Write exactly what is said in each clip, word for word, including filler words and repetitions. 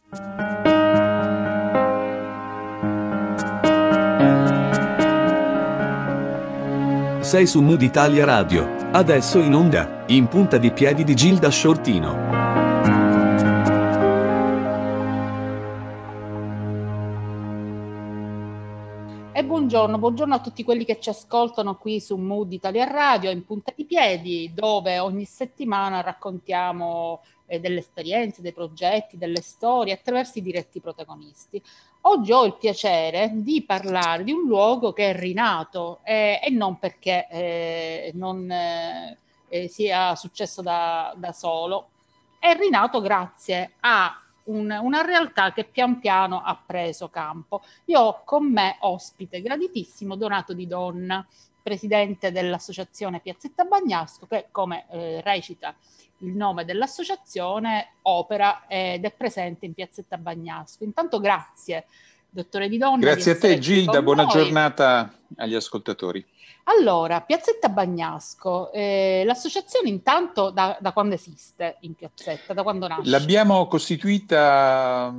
Sei su Mood Italia Radio, adesso in onda, In punta di piedi di Gilda Shortino. E buongiorno, buongiorno a tutti quelli che ci ascoltano qui su Mood Italia Radio, In punta di piedi, dove ogni settimana raccontiamo eh, delle esperienze, dei progetti, delle storie attraverso i diretti protagonisti. Oggi ho il piacere di parlare di un luogo che è rinato eh, e non perché eh, non eh, eh, sia successo da, da solo, è rinato grazie a un, una realtà che pian piano ha preso campo. Io ho con me ospite graditissimo Donato Di Donna, presidente dell'associazione Piazzetta Bagnasco, che come eh, recita il nome dell'associazione opera ed è presente in Piazzetta Bagnasco. Intanto grazie, dottore Di Donna. Grazie di a te Gilda, buona noi. giornata agli ascoltatori. Allora, Piazzetta Bagnasco, eh, l'associazione intanto da, da quando esiste in Piazzetta, da quando nasce? L'abbiamo costituita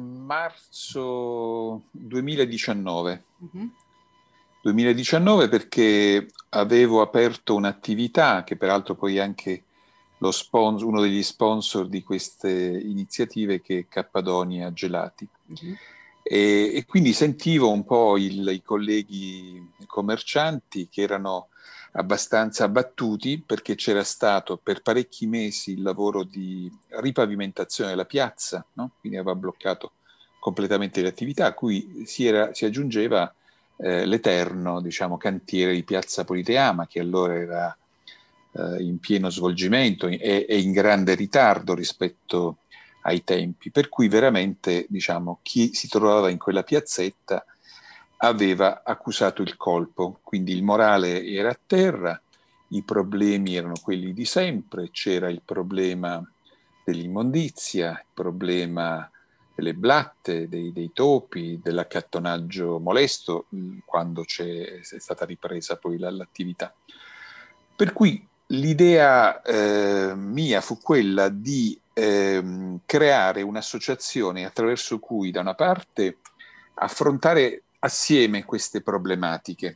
marzo duemiladiciannove. Uh-huh. duemiladiciannove perché avevo aperto un'attività che peraltro poi anche lo sponsor, uno degli sponsor di queste iniziative, che è Cappadonia Gelati. Uh-huh. E, e quindi sentivo un po' il, i colleghi commercianti che erano abbastanza abbattuti perché c'era stato per parecchi mesi il lavoro di ripavimentazione della piazza, no? Quindi aveva bloccato completamente le attività, a cui si, era, si aggiungeva eh, l'eterno, diciamo, cantiere di Piazza Politeama, che allora era eh, in pieno svolgimento e, e in grande ritardo rispetto ai tempi, per cui veramente, diciamo, chi si trovava in quella piazzetta aveva accusato il colpo, quindi il morale era a terra, i problemi erano quelli di sempre, c'era il problema dell'immondizia, il problema delle blatte, dei, dei topi, dell'accattonaggio molesto, quando c'è, è stata ripresa poi l'attività. Per cui l'idea eh, mia fu quella di eh, creare un'associazione attraverso cui da una parte affrontare assieme queste problematiche,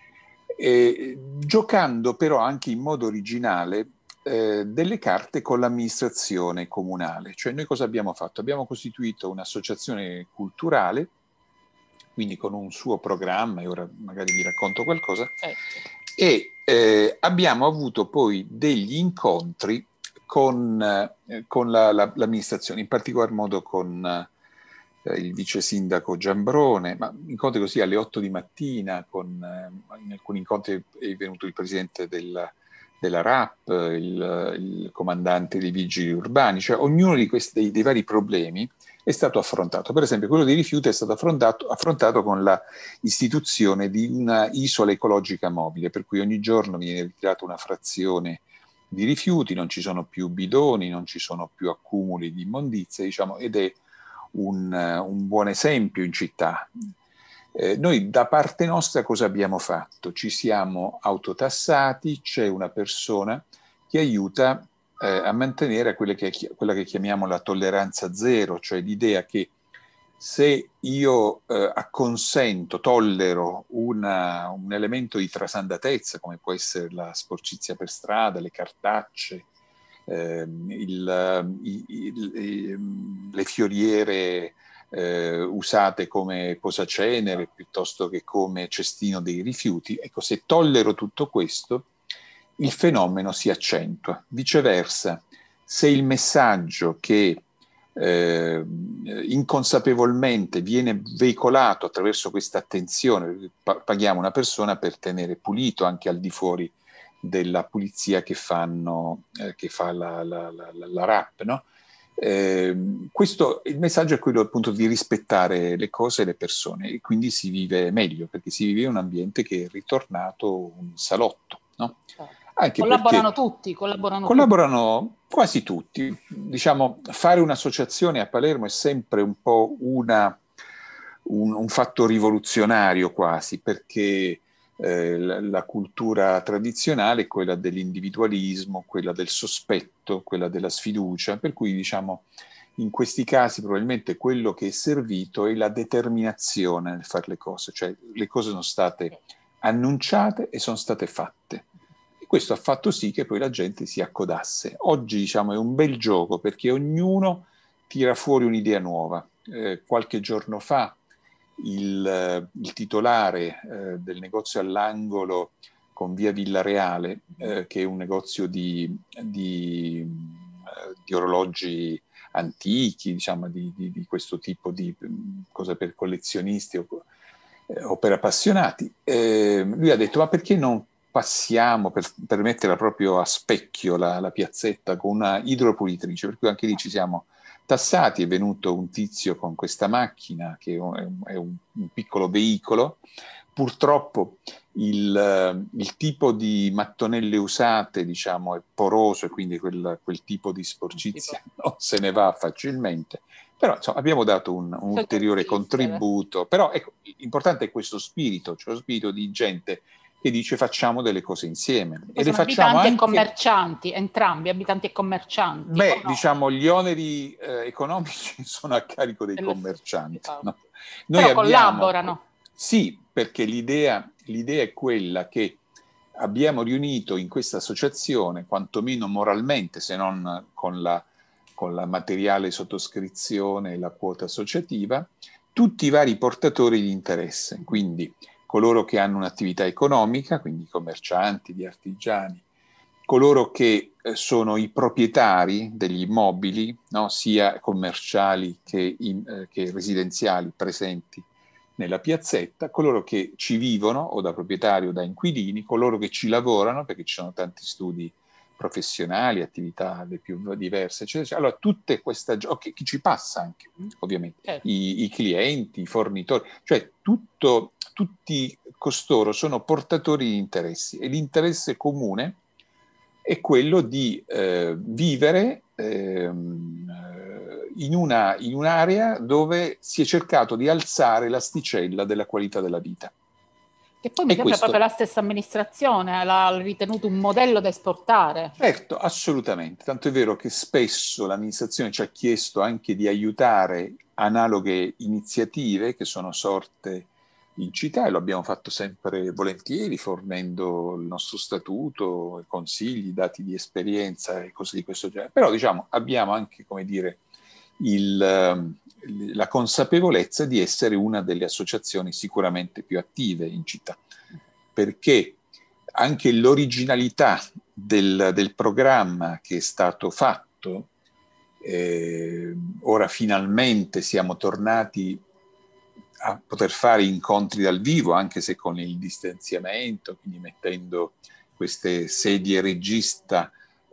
eh, giocando però anche in modo originale eh, delle carte con l'amministrazione comunale. Cioè noi cosa abbiamo fatto? Abbiamo costituito un'associazione culturale, quindi con un suo programma, e ora magari vi racconto qualcosa, eh. e eh, abbiamo avuto poi degli incontri con, eh, con la, la, l'amministrazione, in particolar modo con eh, il vice sindaco Giambrone, ma incontri così alle otto di mattina, con, eh, in alcuni incontri è venuto il presidente della, della R A P, il, il comandante dei vigili urbani, cioè ognuno di questi dei, dei vari problemi è stato affrontato. Per esempio quello dei rifiuti è stato affrontato, affrontato con la istituzione di una isola ecologica mobile, per cui ogni giorno viene ritirata una frazione di rifiuti, non ci sono più bidoni, non ci sono più accumuli di immondizie, diciamo, ed è un, un buon esempio in città. Eh, noi da parte nostra cosa abbiamo fatto? Ci siamo autotassati, c'è una persona che aiuta eh, a mantenere quelle che, quella che chiamiamo la tolleranza zero, cioè l'idea che se io eh, acconsento, tollero una, un elemento di trasandatezza, come può essere la sporcizia per strada, le cartacce, eh, il, il, il, le fioriere eh, usate come posacenere piuttosto che come cestino dei rifiuti, ecco, se tollero tutto questo, il fenomeno si accentua. Viceversa, se il messaggio che Eh, inconsapevolmente viene veicolato attraverso questa attenzione, paghiamo una persona per tenere pulito anche al di fuori della pulizia che fanno eh, che fa la, la, la, la R A P, no? Eh, questo, il messaggio è quello appunto di rispettare le cose e le persone, e quindi si vive meglio, perché si vive in un ambiente che è ritornato un salotto, no? Anche collaborano tutti, collaborano, collaborano tutti. quasi tutti. Diciamo, fare un'associazione a Palermo è sempre un po' una, un, un fatto rivoluzionario quasi, perché eh, la, la cultura tradizionale è quella dell'individualismo, quella del sospetto, quella della sfiducia, per cui diciamo in questi casi probabilmente quello che è servito è la determinazione nel fare le cose, cioè le cose sono state annunciate e sono state fatte. E questo ha fatto sì che poi la gente si accodasse. Oggi, diciamo, è un bel gioco perché ognuno tira fuori un'idea nuova. Eh, qualche giorno fa il, il titolare eh, del negozio all'angolo con via Villareale, eh, che è un negozio di, di, eh, di orologi antichi, diciamo, di, di, di questo tipo di cose per collezionisti o, eh, o per appassionati, eh, lui ha detto: ma perché non passiamo per, per metterla proprio a specchio la, la piazzetta con una idropulitrice? Per cui anche lì ci siamo tassati. È venuto un tizio con questa macchina che è un, è un, un piccolo veicolo. Purtroppo il, il tipo di mattonelle usate, diciamo, è poroso e quindi quel, quel tipo di sporcizia non se ne va facilmente. Però insomma, abbiamo dato un, un ulteriore contributo. Però ecco, l'importante è questo spirito, cioè lo spirito di gente che dice facciamo delle cose insieme. E le facciamo abitanti anche... e commercianti, entrambi, abitanti e commercianti. Beh, no? diciamo, gli oneri eh, economici sono a carico dei commercianti. No? Noi Però abbiamo... collaborano. Sì, perché l'idea, l'idea è quella che abbiamo riunito in questa associazione, quantomeno moralmente, se non con la, con la materiale sottoscrizione e la quota associativa, tutti i vari portatori di interesse, quindi coloro che hanno un'attività economica, quindi commercianti, gli artigiani, coloro che eh, sono i proprietari degli immobili, no? Sia commerciali che, in, eh, che residenziali presenti nella piazzetta, coloro che ci vivono o da proprietari o da inquilini, coloro che ci lavorano, perché ci sono tanti studi professionali, attività le più diverse, eccetera, eccetera. Allora tutte queste, okay, chi ci passa anche, ovviamente, certo. I, i clienti, i fornitori, cioè tutto, tutti costoro sono portatori di interessi e l'interesse comune è quello di eh, vivere ehm, in, una, in un'area dove si è cercato di alzare l'asticella della qualità della vita. Che poi mi e sembra questo... proprio la stessa amministrazione l'ha ritenuto un modello da esportare. Certo, assolutamente. Tanto è vero che spesso l'amministrazione ci ha chiesto anche di aiutare analoghe iniziative che sono sorte in città, e lo abbiamo fatto sempre volentieri, fornendo il nostro statuto, consigli, dati di esperienza e cose di questo genere. Però diciamo abbiamo anche, come dire, il, la consapevolezza di essere una delle associazioni sicuramente più attive in città, perché anche l'originalità del, del programma che è stato fatto, eh, ora finalmente siamo tornati a poter fare incontri dal vivo, anche se con il distanziamento, quindi mettendo queste sedie regista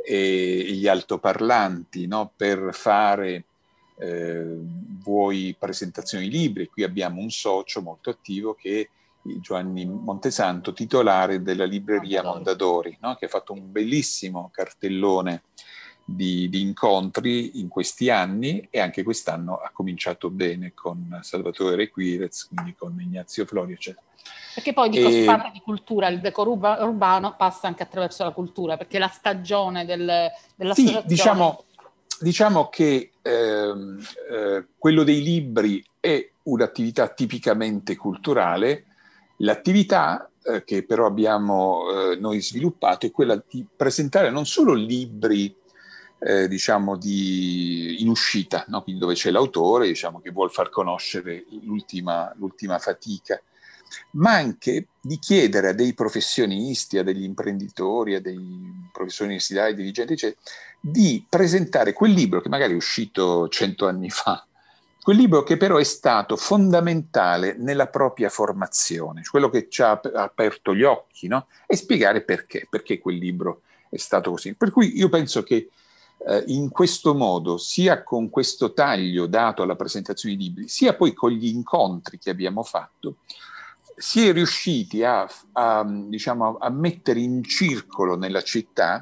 e gli altoparlanti, no? Per fare eh, vuoi presentazioni libri. Qui abbiamo un socio molto attivo che è Giovanni Montesanto, titolare della libreria Mondadori, no? Che ha fatto un bellissimo cartellone Di, di incontri in questi anni, e anche quest'anno ha cominciato bene con Salvatore Requirez, quindi con Ignazio Florio, eccetera. Perché poi dico, e... si parla di cultura, il decoro urbano passa anche attraverso la cultura, perché la stagione del, dell'associazione... Sì, diciamo, diciamo che ehm, eh, quello dei libri è un'attività tipicamente culturale. L'attività eh, che però abbiamo eh, noi sviluppato è quella di presentare non solo libri Eh, diciamo di, in uscita, no? Quindi dove c'è l'autore, diciamo, che vuol far conoscere l'ultima, l'ultima fatica, ma anche di chiedere a dei professionisti, a degli imprenditori, a dei professori universitari, dirigenti, eccetera, di presentare quel libro che magari è uscito cento anni fa, quel libro che però è stato fondamentale nella propria formazione, quello che ci ha aperto gli occhi, no? E spiegare perché, perché quel libro è stato così. Per cui io penso che Eh, in questo modo, sia con questo taglio dato alla presentazione di libri, sia poi con gli incontri che abbiamo fatto, si è riusciti a, a, diciamo, a mettere in circolo nella città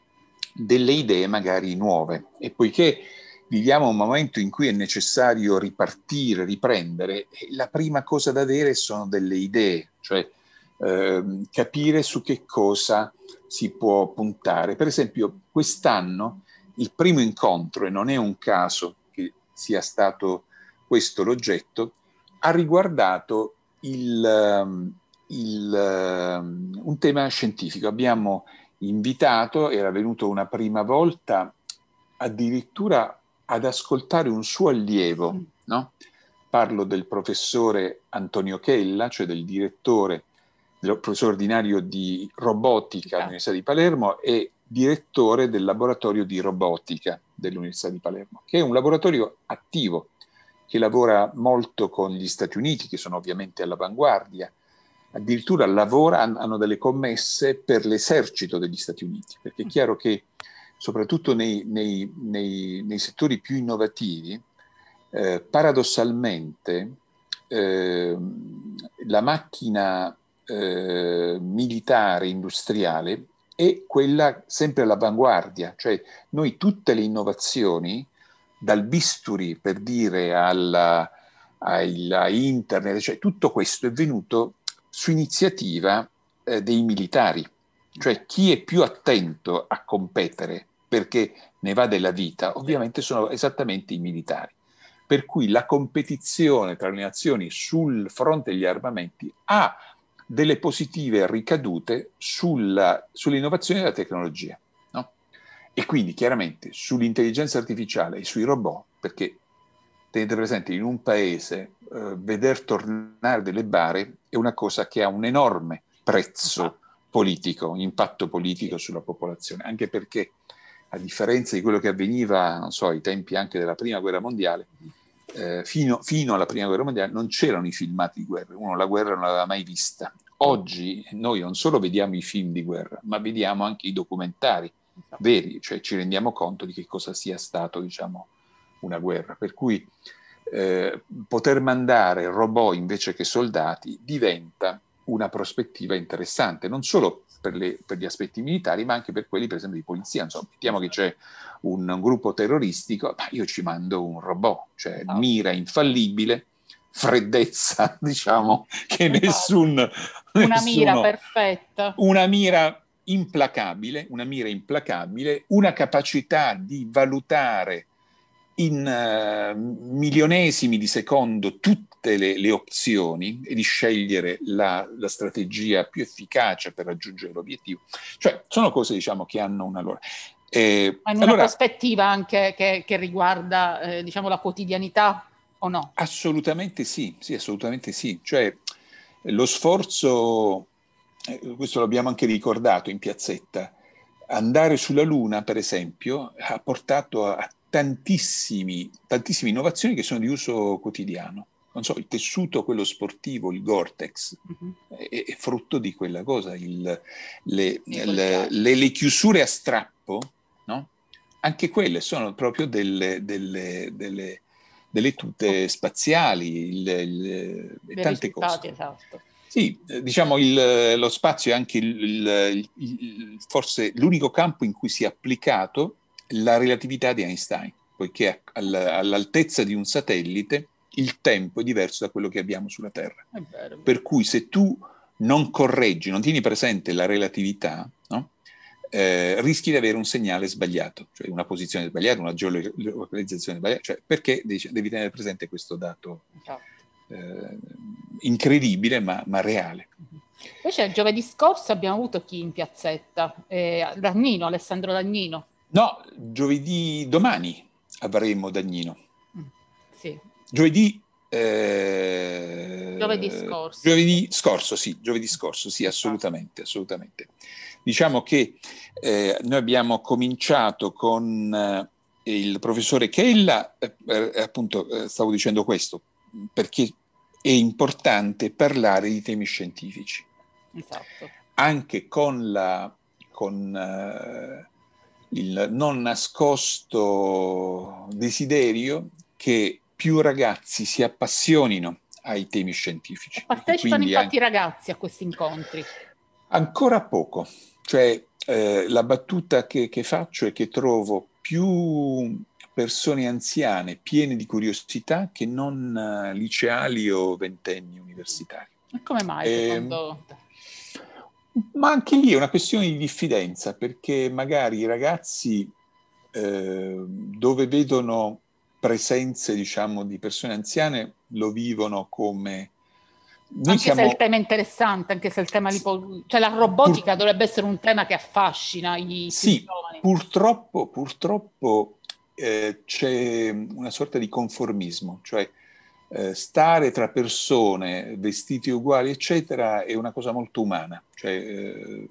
delle idee magari nuove. E poiché viviamo un momento in cui è necessario ripartire, riprendere, la prima cosa da avere sono delle idee, cioè eh, capire su che cosa si può puntare. Per esempio, quest'anno il primo incontro, e non è un caso che sia stato questo l'oggetto, ha riguardato il, il, un tema scientifico. Abbiamo invitato, era venuto una prima volta addirittura ad ascoltare un suo allievo, no? Parlo del professore Antonio Chella, cioè del direttore, del professore ordinario di robotica all'Università di Palermo e direttore del laboratorio di robotica dell'Università di Palermo, che è un laboratorio attivo, che lavora molto con gli Stati Uniti, che sono ovviamente all'avanguardia, addirittura lavora, hanno delle commesse per l'esercito degli Stati Uniti, perché è chiaro che soprattutto nei, nei, nei, nei settori più innovativi, eh, paradossalmente eh, la macchina eh, militare, industriale, è quella sempre all'avanguardia, cioè noi tutte le innovazioni, dal bisturi per dire alla, alla internet, cioè tutto questo è venuto su iniziativa eh, dei militari, cioè chi è più attento a competere perché ne va della vita, ovviamente sono esattamente i militari. Per cui la competizione tra le nazioni sul fronte degli armamenti ha delle positive ricadute sulla, sull'innovazione della tecnologia, no? E quindi chiaramente sull'intelligenza artificiale e sui robot, perché tenete presente, in un paese eh, veder tornare delle bare è una cosa che ha un enorme prezzo politico, un impatto politico sulla popolazione, anche perché a differenza di quello che avveniva, non so, ai tempi anche della Prima Guerra Mondiale, eh, fino, fino alla Prima Guerra Mondiale non c'erano i filmati di guerra, uno la guerra non l'aveva mai vista. Oggi noi non solo vediamo i film di guerra, ma vediamo anche i documentari veri, cioè ci rendiamo conto di che cosa sia stato, diciamo, una guerra. Per cui eh, poter mandare robot invece che soldati diventa una prospettiva interessante, non solo per, le, per gli aspetti militari, ma anche per quelli, per esempio, di polizia. Insomma, mettiamo che c'è un, un gruppo terroristico, ma io ci mando un robot, cioè oh. mira infallibile, freddezza, diciamo, che nessun... Una nessuno, mira perfetta. Una mira implacabile, una mira implacabile, una capacità di valutare in uh, milionesimi di secondo tutte le, le opzioni e di scegliere la, la strategia più efficace per raggiungere l'obiettivo. Cioè, sono cose, diciamo, che hanno una loro... Eh, Ma in una allora, prospettiva anche che, che riguarda, eh, diciamo, la quotidianità, o no? Assolutamente sì, sì, assolutamente sì. Cioè, lo sforzo, eh, questo l'abbiamo anche ricordato in piazzetta, andare sulla Luna, per esempio, ha portato a tantissimi, tantissime innovazioni che sono di uso quotidiano. Non so, il tessuto, quello sportivo, il Gore-Tex, uh-huh. è, è frutto di quella cosa. Il, le, sì, le, le, le chiusure a strappo, no? Anche quelle sono proprio delle, delle, delle, delle tute spaziali, il, il, tante cose. Esatto. Sì, diciamo il, lo spazio è anche il, il, il, forse l'unico campo in cui si è applicato la relatività di Einstein, poiché all'altezza di un satellite il tempo è diverso da quello che abbiamo sulla Terra. È vero. Per cui se tu non correggi, non tieni presente la relatività, no? eh, rischi di avere un segnale sbagliato, cioè una posizione sbagliata, una geolocalizzazione sbagliata, cioè perché devi tenere presente questo dato eh, incredibile ma, ma reale. Invece giovedì scorso abbiamo avuto chi in piazzetta? Eh, Dagnino, Alessandro Dagnino. No, giovedì domani avremo Dagnino. Mm, sì. Giovedì, eh, giovedì scorso. Giovedì scorso, sì, giovedì scorso, sì, assolutamente, assolutamente. Diciamo che eh, noi abbiamo cominciato con eh, il professore Chella, eh, appunto eh, stavo dicendo questo, perché è importante parlare di temi scientifici. Esatto. Anche con la... con, eh, il non nascosto desiderio che più ragazzi si appassionino ai temi scientifici. E partecipano infatti anche... i ragazzi a questi incontri? Ancora poco, cioè eh, la battuta che, che faccio è che trovo più persone anziane piene di curiosità che non uh, liceali o ventenni universitari. E come mai eh, secondo te? Ma anche lì è una questione di diffidenza, perché magari i ragazzi eh, dove vedono presenze, diciamo, di persone anziane lo vivono come... Noi anche siamo... se il tema è interessante, anche se il tema di... cioè la robotica Pur... dovrebbe essere un tema che affascina i sì, giovani. Purtroppo, purtroppo eh, c'è una sorta di conformismo, cioè eh, stare tra persone vestiti uguali, eccetera, è una cosa molto umana. Cioè, eh,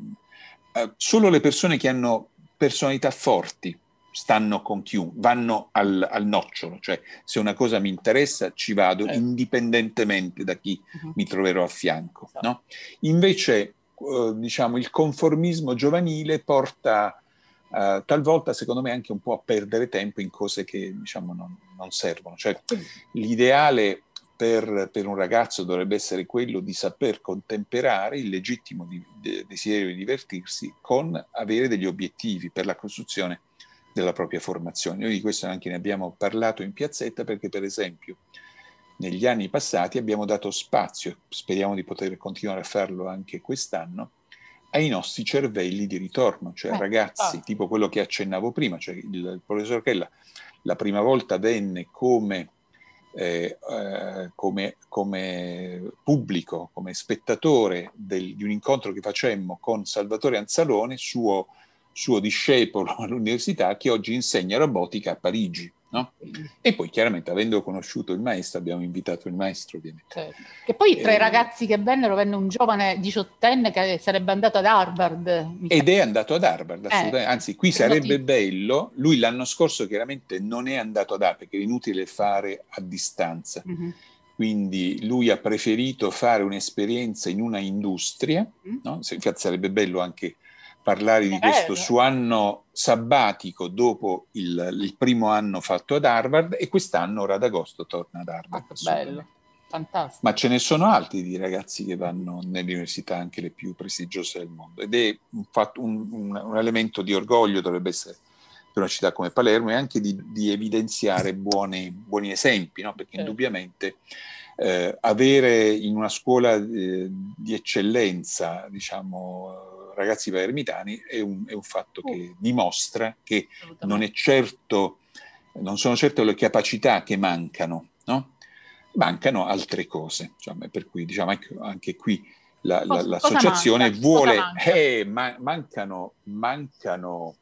solo le persone che hanno personalità forti stanno con chiunque, vanno al, al nocciolo, cioè se una cosa mi interessa ci vado eh. indipendentemente da chi uh-huh. mi troverò a fianco. So. No? Invece, eh, diciamo, il conformismo giovanile porta eh, talvolta, secondo me, anche un po' a perdere tempo in cose che, diciamo, non, non servono. Cioè, l'ideale per, per un ragazzo dovrebbe essere quello di saper contemperare il legittimo di, de, desiderio di divertirsi con avere degli obiettivi per la costruzione della propria formazione. Noi di questo anche ne abbiamo parlato in piazzetta perché, per esempio, negli anni passati abbiamo dato spazio, speriamo di poter continuare a farlo anche quest'anno, ai nostri cervelli di ritorno, cioè eh, ragazzi, ah. tipo quello che accennavo prima, cioè il, il professor Chella la prima volta venne come, eh, eh, come, come pubblico, come spettatore del, di un incontro che facemmo con Salvatore Anzalone, suo suo discepolo all'università, che oggi insegna robotica a Parigi. No? E poi chiaramente, avendo conosciuto il maestro, abbiamo invitato il maestro, ovviamente. Certo. Che poi tra eh, i ragazzi che vennero venne un giovane diciottenne che sarebbe andato ad Harvard. Ed è andato ad Harvard, assolutamente. Eh, Anzi, qui sarebbe ti... bello. Lui l'anno scorso chiaramente non è andato ad Harvard, perché è inutile fare a distanza. Mm-hmm. Quindi lui ha preferito fare un'esperienza in una industria, mm-hmm. no? Infatti sarebbe bello anche parlare di questo suo anno sabbatico dopo il, il primo anno fatto ad Harvard, e quest'anno ora ad agosto torna ad Harvard. Ah, bello, fantastico. Ma ce ne sono altri di ragazzi che vanno nelle università, anche le più prestigiose del mondo, ed è un, fatto, un, un, un elemento di orgoglio, dovrebbe essere per una città come Palermo, e anche di, di evidenziare buoni, buoni esempi, no? Perché certo. indubbiamente eh, avere in una scuola eh, di eccellenza, diciamo, ragazzi palermitani è un, è un fatto che dimostra che non è certo, non sono certo le capacità che mancano, no? Mancano altre cose, diciamo, per cui diciamo anche, anche qui la, la, l'associazione manca? vuole eh, ma, mancano mancano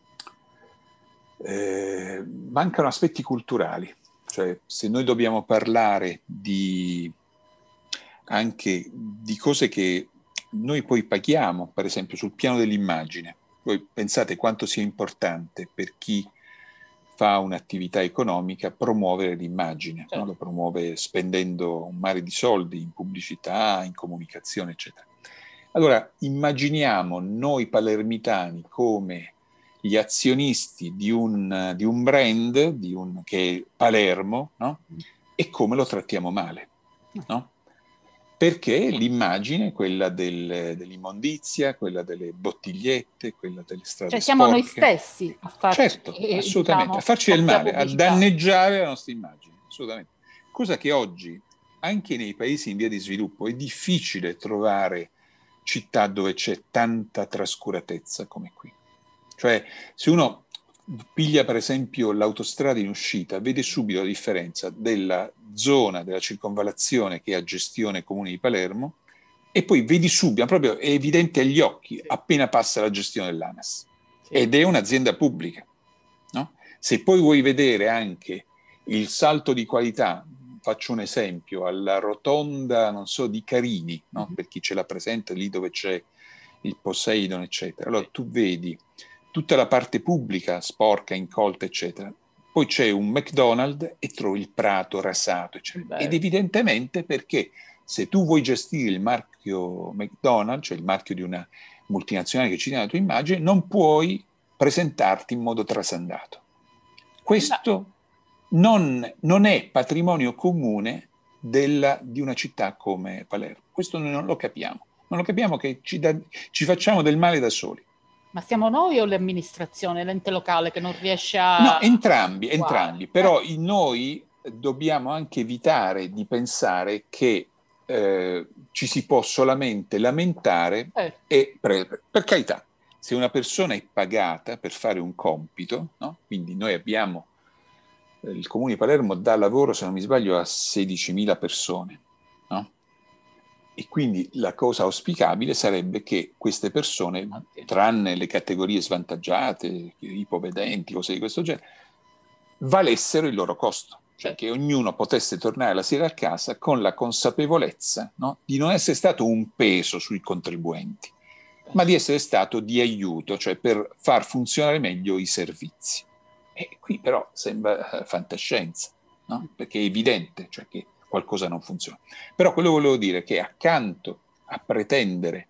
eh, mancano aspetti culturali, cioè se noi dobbiamo parlare di anche di cose che noi poi paghiamo, per esempio sul piano dell'immagine. Voi pensate quanto sia importante per chi fa un'attività economica promuovere l'immagine, certo. no? Lo promuove spendendo un mare di soldi in pubblicità, in comunicazione, eccetera. Allora, immaginiamo noi palermitani come gli azionisti di un, di un brand, di un, che è Palermo, no? E come lo trattiamo male, no? Perché l'immagine è quella del, dell'immondizia, quella delle bottigliette, quella delle strade Cioè siamo sporche. Noi stessi a farci, certo, eh, assolutamente, diciamo, a farci del male, a danneggiare la nostra immagine, assolutamente. Cosa che oggi, anche nei paesi in via di sviluppo, è difficile trovare città dove c'è tanta trascuratezza come qui. Cioè, se uno piglia per esempio l'autostrada in uscita, vede subito la differenza della zona della circonvallazione che ha gestione Comune di Palermo, e poi vedi subito, proprio è evidente agli occhi, sì. appena passa la gestione dell'ANAS. Sì. Ed è un'azienda pubblica. No? Se poi vuoi vedere anche il salto di qualità, faccio un esempio, alla rotonda, non so, di Carini, no? Mm-hmm. per chi ce l'ha presente, lì dove c'è il Poseidon, eccetera. Allora tu vedi tutta la parte pubblica, sporca, incolta, eccetera. Poi c'è un McDonald's e trovi il prato rasato, eccetera. Ed evidentemente perché se tu vuoi gestire il marchio McDonald's, cioè il marchio di una multinazionale che ci tiene la tua immagine, non puoi presentarti in modo trasandato. Questo non, non è patrimonio comune della, di una città come Palermo. Questo noi non lo capiamo. Non lo capiamo che ci, da, ci facciamo del male da soli. Ma siamo noi o l'amministrazione, l'ente locale che non riesce a... No, entrambi, entrambi. Però eh. noi dobbiamo anche evitare di pensare che eh, ci si può solamente lamentare eh. e... Per, per carità, se una persona è pagata per fare un compito, no? Quindi noi abbiamo il Comune di Palermo dà lavoro, se non mi sbaglio, a sedicimila persone, no? E quindi la cosa auspicabile sarebbe che queste persone, tranne le categorie svantaggiate, ipovedenti, cose di questo genere, valessero il loro costo, cioè che ognuno potesse tornare la sera a casa con la consapevolezza, no, di non essere stato un peso sui contribuenti, ma di essere stato di aiuto, cioè per far funzionare meglio i servizi. E qui però sembra fantascienza, no? Perché è evidente, cioè, che qualcosa non funziona. Però quello che volevo dire è che accanto a pretendere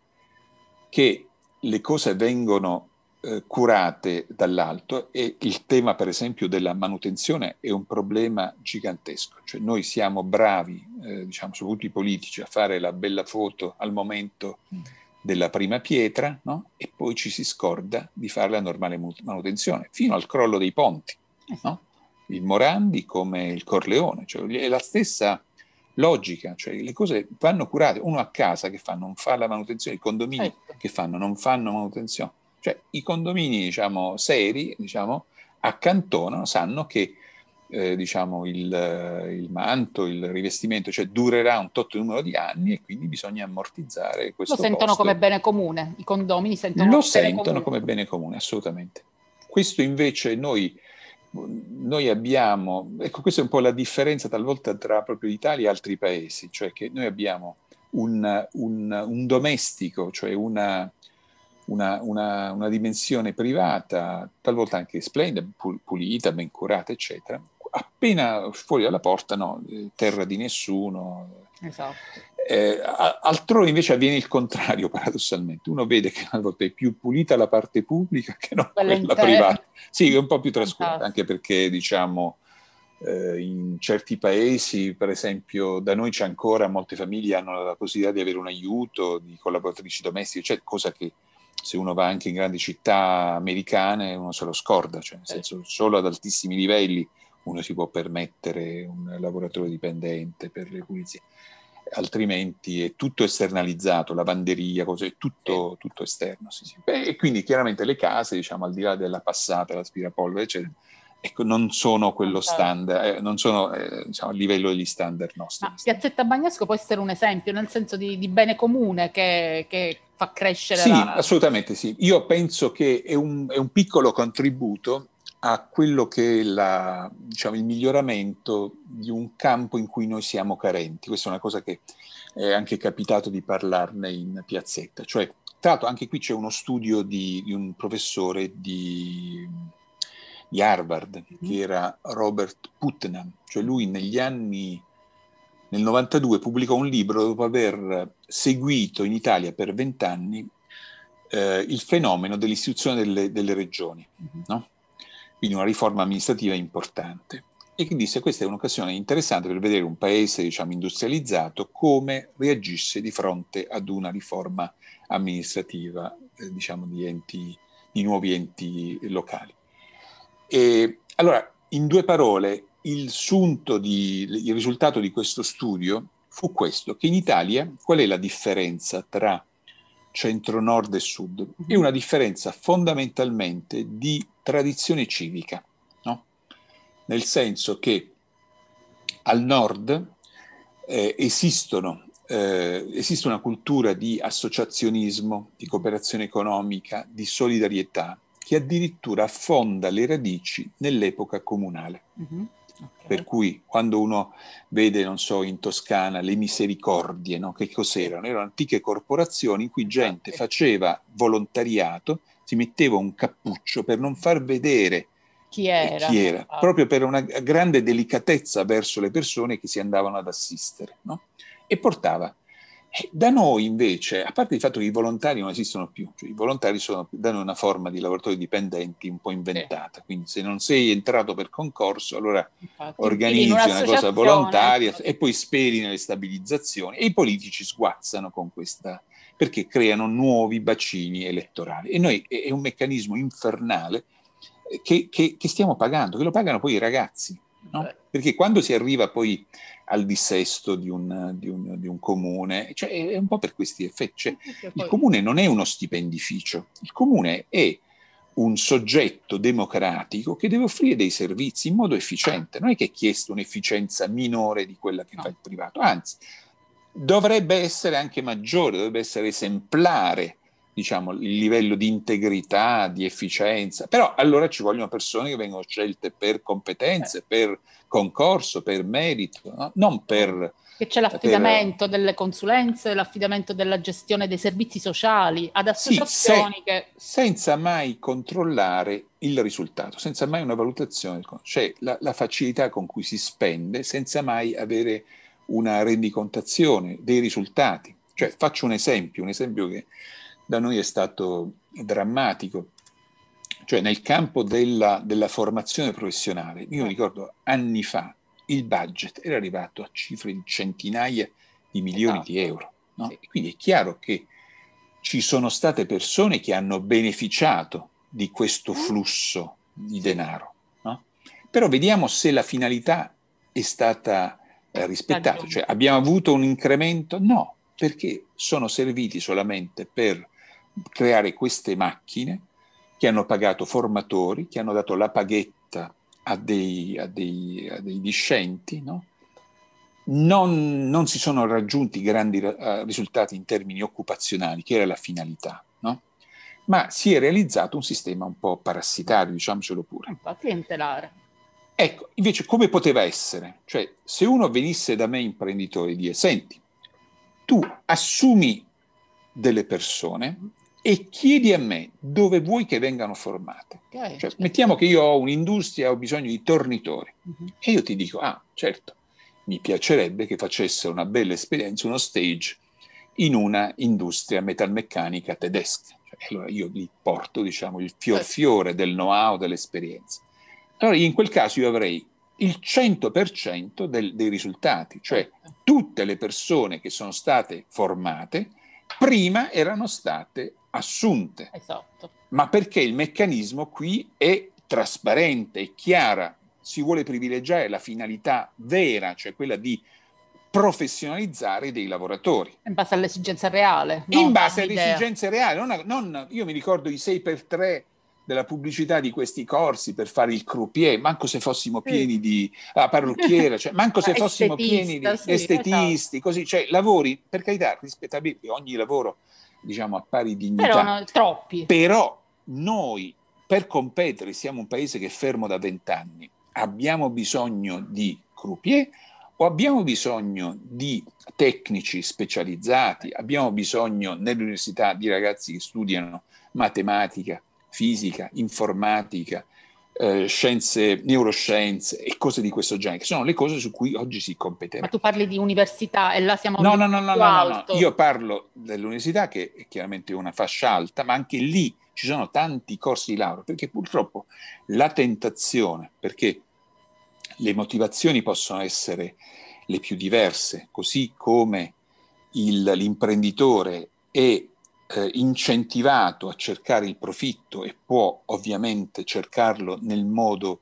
che le cose vengono eh, curate dall'alto, e il tema per esempio della manutenzione è un problema gigantesco. Cioè noi siamo bravi, eh, diciamo, soprattutto i politici, a fare la bella foto al momento della prima pietra, no? E poi ci si scorda di fare la normale manutenzione, fino al crollo dei ponti, no? Il Morandi come il Corleone, cioè è la stessa logica, cioè le cose vanno curate. Uno a casa che fa non fa la manutenzione, i condomini certo. che fanno non fanno manutenzione, cioè i condomini, diciamo, seri, diciamo, accantonano, sanno che eh, diciamo il, il manto, il rivestimento, cioè durerà un tot numero di anni, e quindi bisogna ammortizzare questo lo sentono costo. Come bene comune, i condomini sentono lo come sentono bene come bene comune, assolutamente. Questo invece noi Noi abbiamo, ecco, questa è un po' la differenza talvolta tra proprio l'Italia e altri paesi, cioè che noi abbiamo un, un, un domestico, cioè una, una, una, una dimensione privata, talvolta anche splendida, pulita, ben curata, eccetera. Appena fuori dalla porta, no, terra di nessuno. Esatto. Eh, altrove invece avviene il contrario, paradossalmente. Uno vede che a volte è più pulita la parte pubblica che non quella, quella privata. Sì, è un po' più trascurata, anche perché, diciamo, eh, in certi paesi, per esempio, da noi c'è ancora, molte famiglie hanno la possibilità di avere un aiuto di collaboratrici domestiche, cioè, cosa che se uno va anche in grandi città americane uno se lo scorda, cioè, nel senso, solo ad altissimi livelli uno si può permettere un lavoratore dipendente per le pulizie. Altrimenti è tutto esternalizzato, lavanderia, cose, è tutto, tutto esterno. Sì, sì. Beh, e quindi chiaramente le case, diciamo, al di là della passata, l'aspirapolvere, eccetera, ecco, non sono quello standard, eh, non sono eh, diciamo, a livello degli standard nostri. Ma Piazzetta Bagnasco può essere un esempio, nel senso di, di bene comune che, che fa crescere sì, la... assolutamente sì. Io penso che è un, è un piccolo contributo a quello che è la, diciamo, il miglioramento di un campo in cui noi siamo carenti. Questa è una cosa che è anche capitato di parlarne in Piazzetta. Cioè, tra l'altro anche qui c'è uno studio di, di un professore di, di Harvard, mm-hmm. che era Robert Putnam. Cioè lui negli anni, nel novantadue pubblicò un libro dopo aver seguito in Italia per vent'anni eh, il fenomeno dell'istituzione delle, delle regioni, mm-hmm. no? Quindi una riforma amministrativa importante. E che disse: questa è un'occasione interessante per vedere un paese, diciamo, industrializzato come reagisce di fronte ad una riforma amministrativa, eh, diciamo, di enti, di nuovi enti locali. E allora, in due parole, il sunto di, il risultato di questo studio fu questo: che in Italia qual è la differenza tra centro-nord e sud? È una differenza fondamentalmente di tradizione civica, no? Nel senso che al nord eh, esistono, eh, esiste una cultura di associazionismo, di cooperazione economica, di solidarietà, che addirittura affonda le radici nell'epoca comunale. Mm-hmm. Okay. Per cui quando uno vede, non so, in Toscana le misericordie, no? Che cos'erano? Erano antiche corporazioni in cui gente faceva volontariato, si metteva un cappuccio per non far vedere chi era, chi era ah. proprio per una grande delicatezza verso le persone che si andavano ad assistere, no? E portava. E da noi invece, a parte il fatto che i volontari non esistono più, cioè i volontari sono da noi una forma di lavoratori dipendenti un po' inventata, sì. Quindi se non sei entrato per concorso, allora infatti, organizzi una cosa volontaria e poi speri nelle stabilizzazioni, e i politici sguazzano con questa, perché creano nuovi bacini elettorali. E noi è un meccanismo infernale che, che, che stiamo pagando, che lo pagano poi i ragazzi, no? Perché quando si arriva poi al dissesto di un, di un, di un comune, cioè è un po' per questi effetti. Cioè, il comune non è uno stipendificio, il comune è un soggetto democratico che deve offrire dei servizi in modo efficiente. Non è che è chiesto un'efficienza minore di quella che no. fa il privato, anzi, dovrebbe essere anche maggiore, dovrebbe essere esemplare, diciamo, il livello di integrità, di efficienza. Però allora ci vogliono persone che vengono scelte per competenze, per concorso, per merito, no? Non per... Che c'è l'affidamento per... delle consulenze, l'affidamento della gestione dei servizi sociali ad associazioni sì, se, che... senza mai controllare il risultato, senza mai una valutazione, cioè la, la facilità con cui si spende, senza mai avere una rendicontazione dei risultati. Cioè, faccio un esempio, un esempio che da noi è stato drammatico. Cioè, nel campo della, della formazione professionale, io mi ricordo anni fa, il budget era arrivato a cifre di centinaia di milioni esatto. di euro. No? Sì. E quindi è chiaro che ci sono state persone che hanno beneficiato di questo flusso di denaro. No? Però vediamo se la finalità è stata eh, rispettata. Cioè, abbiamo avuto un incremento? No, perché sono serviti solamente per creare queste macchine che hanno pagato formatori, che hanno dato la paghetta a dei, a dei, a dei discenti, no? Non, non si sono raggiunti grandi uh, risultati in termini occupazionali, che era la finalità, no? Ma si è realizzato un sistema un po' parassitario, diciamocelo pure. Un po' clientelare. Ecco, invece come poteva essere? Cioè, se uno venisse da me imprenditore e dire, senti, tu assumi delle persone e chiedi a me dove vuoi che vengano formate. Okay, cioè, certo. Mettiamo che io ho un'industria, ho bisogno di tornitori, uh-huh. e io ti dico, ah, certo, mi piacerebbe che facesse una bella esperienza, uno stage, in una industria metalmeccanica tedesca. Cioè, allora io gli porto, diciamo, il fior fiore del know-how, dell'esperienza. Allora in quel caso io avrei il cento per cento del, dei risultati, cioè tutte le persone che sono state formate prima erano state assunte. Esatto. Ma perché il meccanismo qui è trasparente, è chiara, si vuole privilegiare la finalità vera, cioè quella di professionalizzare dei lavoratori. In base all'esigenza reale. In base alle esigenze reali. Non, non, io mi ricordo i sei per tre della pubblicità di questi corsi per fare il croupier, manco se fossimo pieni di ah, parrucchiera, cioè, manco se fossimo pieni di sì, estetisti, esatto. Così, cioè lavori, per carità, rispettabili, ogni lavoro, diciamo, a pari dignità. Però no, troppi. Però noi, per competere, siamo un paese che è fermo da vent'anni, abbiamo bisogno di croupier o abbiamo bisogno di tecnici specializzati, abbiamo bisogno nell'università di ragazzi che studiano matematica, fisica, informatica, eh, scienze, neuroscienze e cose di questo genere, che sono le cose su cui oggi si competerà. Ma tu parli di università e là siamo no, no, no, no, no, no, no, io parlo dell'università che è chiaramente una fascia alta, ma anche lì ci sono tanti corsi di laurea, perché purtroppo la tentazione, perché le motivazioni possono essere le più diverse, così come il, l'imprenditore è Eh, incentivato a cercare il profitto e può ovviamente cercarlo nel modo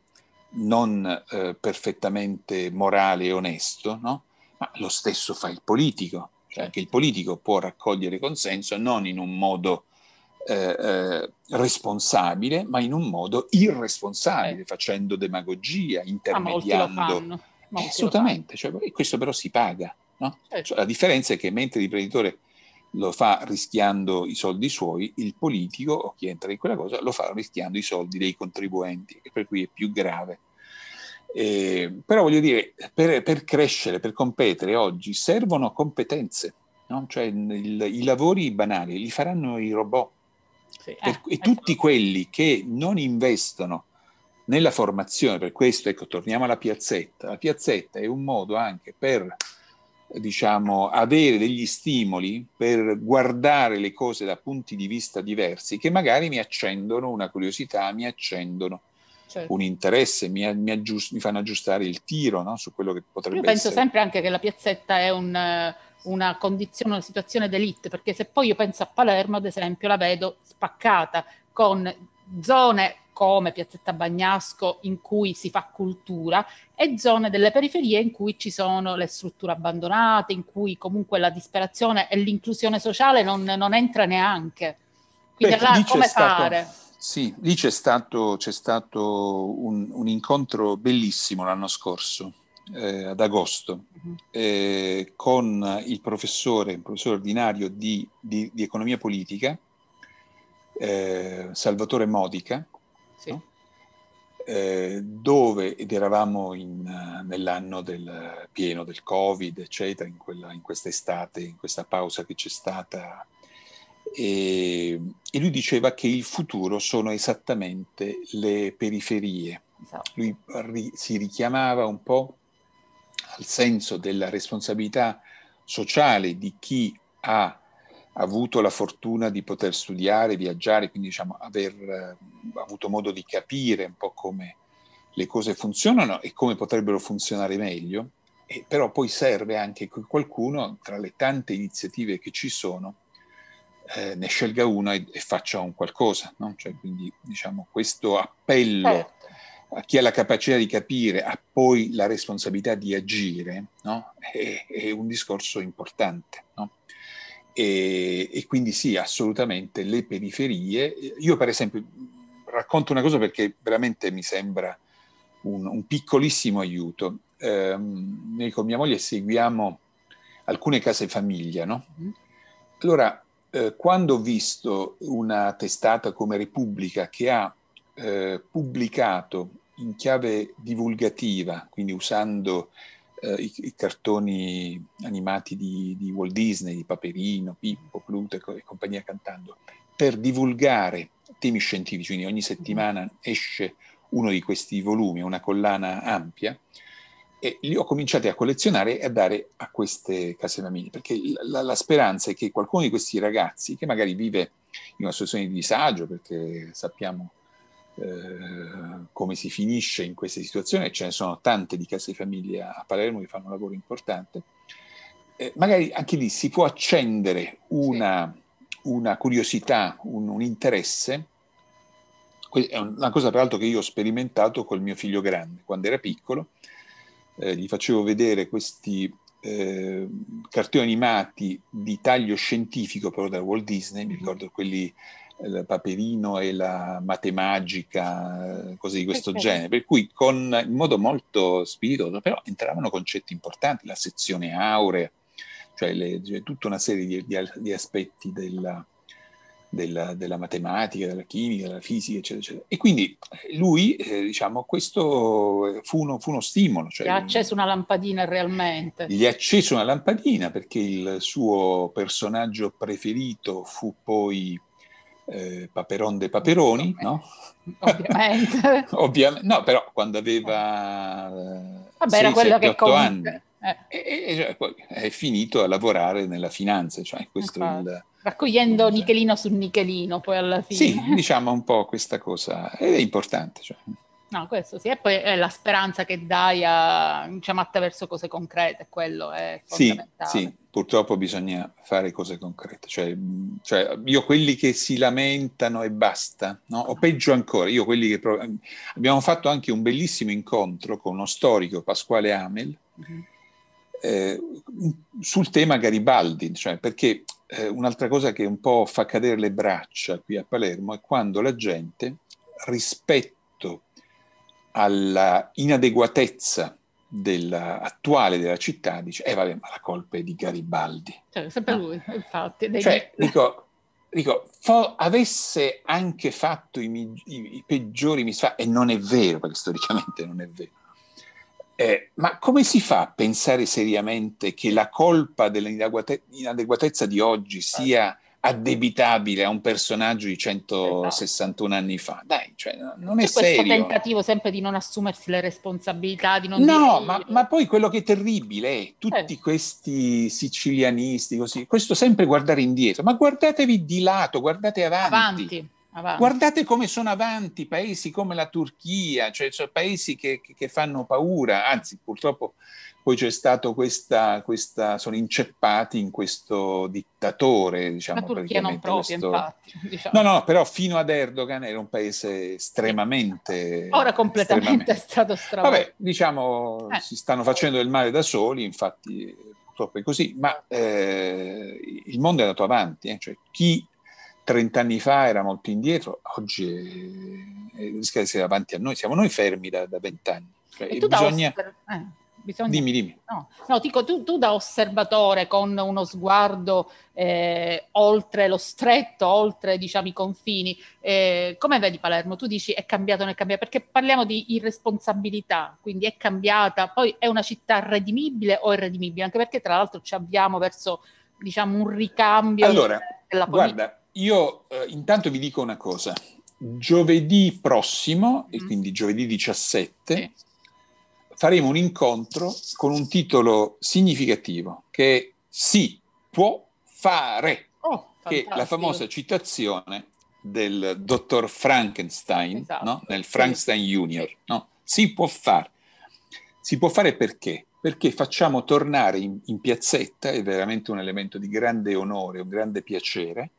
non eh, perfettamente morale e onesto, no? Ma lo stesso fa il politico, cioè anche il politico può raccogliere consenso non in un modo eh, eh, responsabile, ma in un modo irresponsabile, eh. facendo demagogia, intermediando. Ah, eh, assolutamente, cioè, e questo però si paga, no? Eh. Cioè, la differenza è che mentre l'imprenditore lo fa rischiando i soldi suoi, il politico o chi entra in quella cosa lo fa rischiando i soldi dei contribuenti, e per cui è più grave. Eh, però voglio dire, per, per crescere, per competere oggi servono competenze, no? Cioè il, i lavori banali li faranno i robot. Sì, per, eh, e tutti quelli che non investono nella formazione, per questo, ecco, torniamo alla piazzetta. La piazzetta è un modo anche per, diciamo, avere degli stimoli per guardare le cose da punti di vista diversi che magari mi accendono una curiosità, mi accendono certo. un interesse, mi, mi, aggiust, mi fanno aggiustare il tiro, no? Su quello che potrebbe essere. Io penso essere. sempre anche che la piazzetta è un, una condizione, una situazione d'élite, perché se poi io penso a Palermo, ad esempio, la vedo spaccata con zone come Piazzetta Bagnasco in cui si fa cultura e zone delle periferie in cui ci sono le strutture abbandonate, in cui comunque la disperazione e l'inclusione sociale non, non entra neanche. Quindi Beh, là, lì come c'è stato, fare? Sì, lì c'è stato, c'è stato un, un incontro bellissimo l'anno scorso, eh, ad agosto, uh-huh. eh, con il professore, il professore ordinario di, di, di economia politica, eh, Salvatore Modica, sì. no? eh, dove, ed eravamo in, nell'anno del pieno del Covid, eccetera, in, quella, in questa estate, in questa pausa che c'è stata. E, e lui diceva che il futuro sono esattamente le periferie. Esatto. Lui ri, si richiamava un po' al senso della responsabilità sociale di chi ha avuto la fortuna di poter studiare, viaggiare, quindi diciamo aver eh, avuto modo di capire un po' come le cose funzionano e come potrebbero funzionare meglio, e però poi serve anche che qualcuno, tra le tante iniziative che ci sono, Eh, ne scelga una e, e faccia un qualcosa, no? Cioè, quindi diciamo questo appello certo. a chi ha la capacità di capire, ha poi la responsabilità di agire, no? è, è un discorso importante, no? E, e quindi sì, assolutamente le periferie. Io per esempio racconto una cosa perché veramente mi sembra un, un piccolissimo aiuto. Eh, noi con mia moglie seguiamo alcune case famiglia, no? Mm. Allora, Eh, quando ho visto una testata come Repubblica che ha eh, pubblicato in chiave divulgativa, quindi usando eh, i, i cartoni animati di, di Walt Disney, di Paperino, Pippo, Pluto e, e compagnia cantando, per divulgare temi scientifici, quindi ogni settimana esce uno di questi volumi, una collana ampia, e li ho cominciati a collezionare e a dare a queste case famiglie, perché la, la speranza è che qualcuno di questi ragazzi, che magari vive in una situazione di disagio, perché sappiamo eh, come si finisce in queste situazioni, e ce ne sono tante di case famiglia a Palermo che fanno un lavoro importante, eh, magari anche lì si può accendere una, sì. una curiosità, un, un interesse. È una cosa peraltro che io ho sperimentato col mio figlio grande, quando era piccolo. Eh, gli facevo vedere questi eh, cartoni animati di taglio scientifico, però da Walt Disney, mi ricordo quelli, il Paperino e la Matemagica, cose di questo genere, per cui con, in modo molto spiritoso, però entravano concetti importanti, la sezione aurea, cioè, le, cioè tutta una serie di, di, di aspetti della, della, della matematica, della chimica, della fisica, eccetera, eccetera. E quindi lui, eh, diciamo, questo fu uno, fu uno stimolo. Cioè, gli ha acceso una lampadina realmente. Gli ha acceso una lampadina perché il suo personaggio preferito fu poi eh, Paperon de Paperoni, no? Ovviamente. Ovviamente. No, però quando aveva Vabbè, era quello che otto comunque... anni. Eh. E, e cioè, poi è finito a lavorare nella finanza, cioè questo è il, raccogliendo cioè, nichelino su nichelino poi alla fine. Sì, diciamo un po' questa cosa, ed è importante. Cioè. No, questo sì, e poi è la speranza che dai a, diciamo, attraverso cose concrete, quello è fondamentale. Sì, sì, purtroppo bisogna fare cose concrete, cioè, cioè io quelli che si lamentano e basta, no? O peggio ancora, io quelli che... Prov- abbiamo fatto anche un bellissimo incontro con uno storico, Pasquale Amel, mm-hmm. eh, sul tema Garibaldi, cioè perché eh, un'altra cosa che un po' fa cadere le braccia qui a Palermo è quando la gente, rispetto alla inadeguatezza della, attuale della città, dice, eh vabbè, ma la colpa è di Garibaldi. Cioè, sempre no? lui, infatti. Dei... Cioè, dico, dico fo- avesse anche fatto i, i, i peggiori misfatti, e non è vero, perché storicamente non è vero, eh, ma come si fa a pensare seriamente che la colpa dell'inadeguatezza di oggi sia addebitabile a un personaggio di centosessantuno anni fa? Dai, cioè, non è C'è serio. questo tentativo sempre di non assumersi le responsabilità, di non no, dire... ma, ma poi quello che è terribile è tutti eh. questi sicilianisti così, questo sempre guardare indietro, ma guardatevi di lato, guardate avanti. Avanti. Avanti. Guardate come sono avanti paesi come la Turchia, cioè, cioè paesi che, che fanno paura, anzi purtroppo poi c'è stato questa, questa, sono inceppati in questo dittatore, diciamo. La Turchia non proprio, questo... infatti. Diciamo. No, no, però fino ad Erdogan era un paese estremamente... Ora completamente estremamente... è stato stravolto. Vabbè, diciamo, eh. si stanno facendo del male da soli, infatti purtroppo è così, ma eh, il mondo è andato avanti, eh? Cioè chi... trent'anni fa era molto indietro, oggi è, è, rischia di essere avanti a noi, siamo noi fermi da vent'anni. Cioè, E tu bisogna... da osser- eh, bisogna... Dimmi, dimmi. No, no, dico, tu, tu da osservatore con uno sguardo eh, oltre lo stretto, oltre diciamo i confini, eh, come vedi Palermo? Tu dici è cambiato, non è cambiato, perché parliamo di irresponsabilità, quindi è cambiata, poi è una città redimibile o irredimibile? Anche perché tra l'altro ci avviamo verso diciamo un ricambio allora, della politica. Guarda, io eh, intanto vi dico una cosa. Giovedì prossimo, mm. e quindi giovedì diciassette, sì, faremo un incontro con un titolo significativo che è Si può fare, oh, che è la famosa citazione del dottor Frankenstein, esatto, no? Nel Frankenstein sì. Junior. No? Si può fare. Si può fare perché? Perché facciamo tornare in, in piazzetta, è veramente un elemento di grande onore, un grande piacere,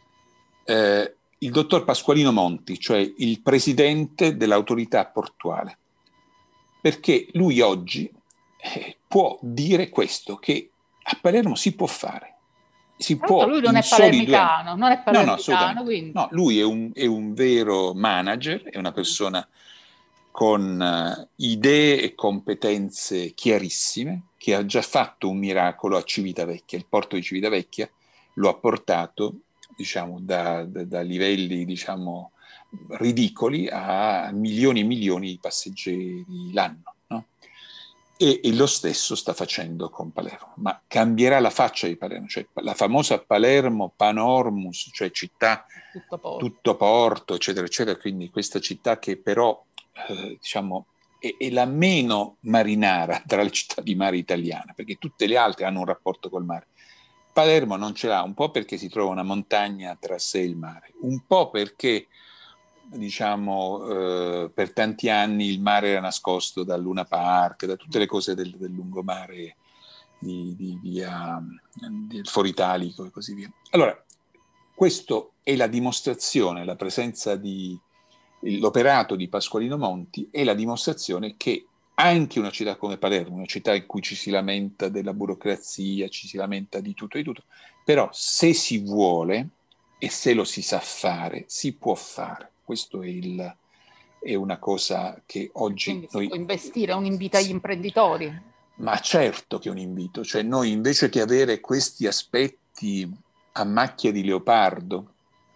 eh, il dottor Pasqualino Monti, cioè il presidente dell'autorità portuale. Perché lui oggi eh, può dire questo, che a Palermo si può fare. Si può, lui non è palermitano, non è palermitano, no, no, quindi... no, lui è un, è un vero manager, è una persona con uh, idee e competenze chiarissime, che ha già fatto un miracolo a Civitavecchia. Il porto di Civitavecchia lo ha portato, diciamo, da, da, da livelli, diciamo, ridicoli a milioni e milioni di passeggeri l'anno, no? E, e lo stesso sta facendo con Palermo, ma cambierà la faccia di Palermo, cioè la famosa Palermo Panormus, cioè città tutto porto, tutto porto eccetera, eccetera, quindi questa città che però, eh, diciamo, è, è la meno marinara tra le città di mare italiane, perché tutte le altre hanno un rapporto col mare. Palermo non ce l'ha, un po' perché si trova una montagna tra sé e il mare, un po' perché diciamo eh, per tanti anni il mare era nascosto dal Luna Park, da tutte le cose del, del lungomare di, di via del Foro Italico e così via. Allora, questo è la dimostrazione, la presenza di l'operato di Pasqualino Monti è la dimostrazione che anche una città come Palermo, una città in cui ci si lamenta della burocrazia, ci si lamenta di tutto e di tutto, però se si vuole e se lo si sa fare, si può fare. Questo è, il, è una cosa che oggi... Quindi noi, si può investire, è un invito agli imprenditori. Ma certo che è un invito, cioè noi invece che avere questi aspetti a macchia di leopardo,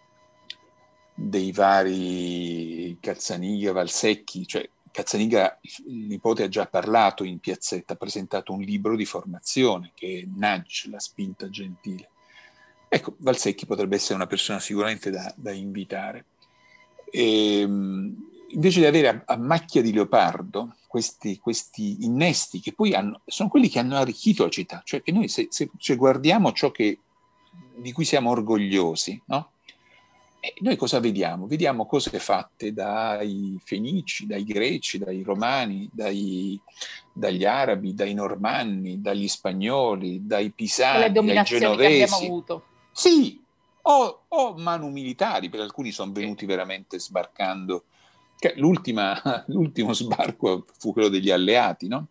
dei vari Cazzaniga, Valsecchi, cioè Cazzaniga, il nipote, ha già parlato in piazzetta, ha presentato un libro di formazione che è Nudge, la spinta gentile. Ecco, Valsecchi potrebbe essere una persona sicuramente da, da invitare. E, invece di avere a, a macchia di leopardo questi, questi innesti che poi hanno, sono quelli che hanno arricchito la città, cioè che noi se, se, se guardiamo ciò che, di cui siamo orgogliosi, no? E noi cosa vediamo? Vediamo cose fatte dai Fenici, dai Greci, dai Romani, dai, dagli Arabi, dai Normanni, dagli Spagnoli, dai Pisani, dai Genovesi. Che abbiamo avuto. Sì, o, o manu militari, per alcuni sono venuti veramente sbarcando. L'ultima, l'ultimo sbarco fu quello degli alleati, no?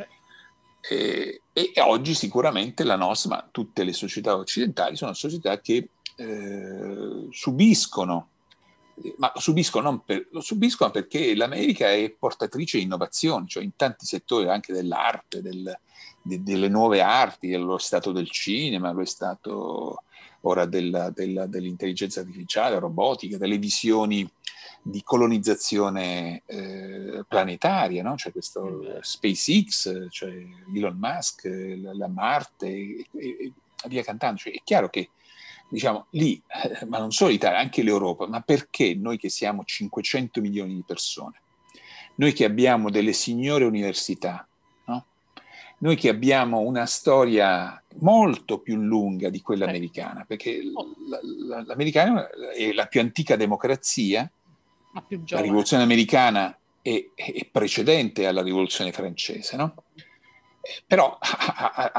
E, e oggi sicuramente la nostra, ma tutte le società occidentali sono società che eh, subiscono, ma lo subiscono, non per, lo subiscono perché l'America è portatrice di innovazioni, cioè in tanti settori anche dell'arte, del, de, delle nuove arti, lo è stato del cinema, lo è stato ora della, della, dell'intelligenza artificiale, robotica, delle visioni di colonizzazione eh, planetaria, no? C'è questo SpaceX, cioè Elon Musk, la, la Marte e, e, e via cantando. Cioè, è chiaro che, diciamo, lì, eh, ma non solo l'Italia, anche l'Europa, ma perché noi che siamo cinquecento milioni di persone, noi che abbiamo delle signore università, no? Noi che abbiamo una storia molto più lunga di quella americana, perché la, la, l'americana è la più antica democrazia. Ma più la rivoluzione americana è, è precedente alla rivoluzione francese, no? Eh, però ha, ha,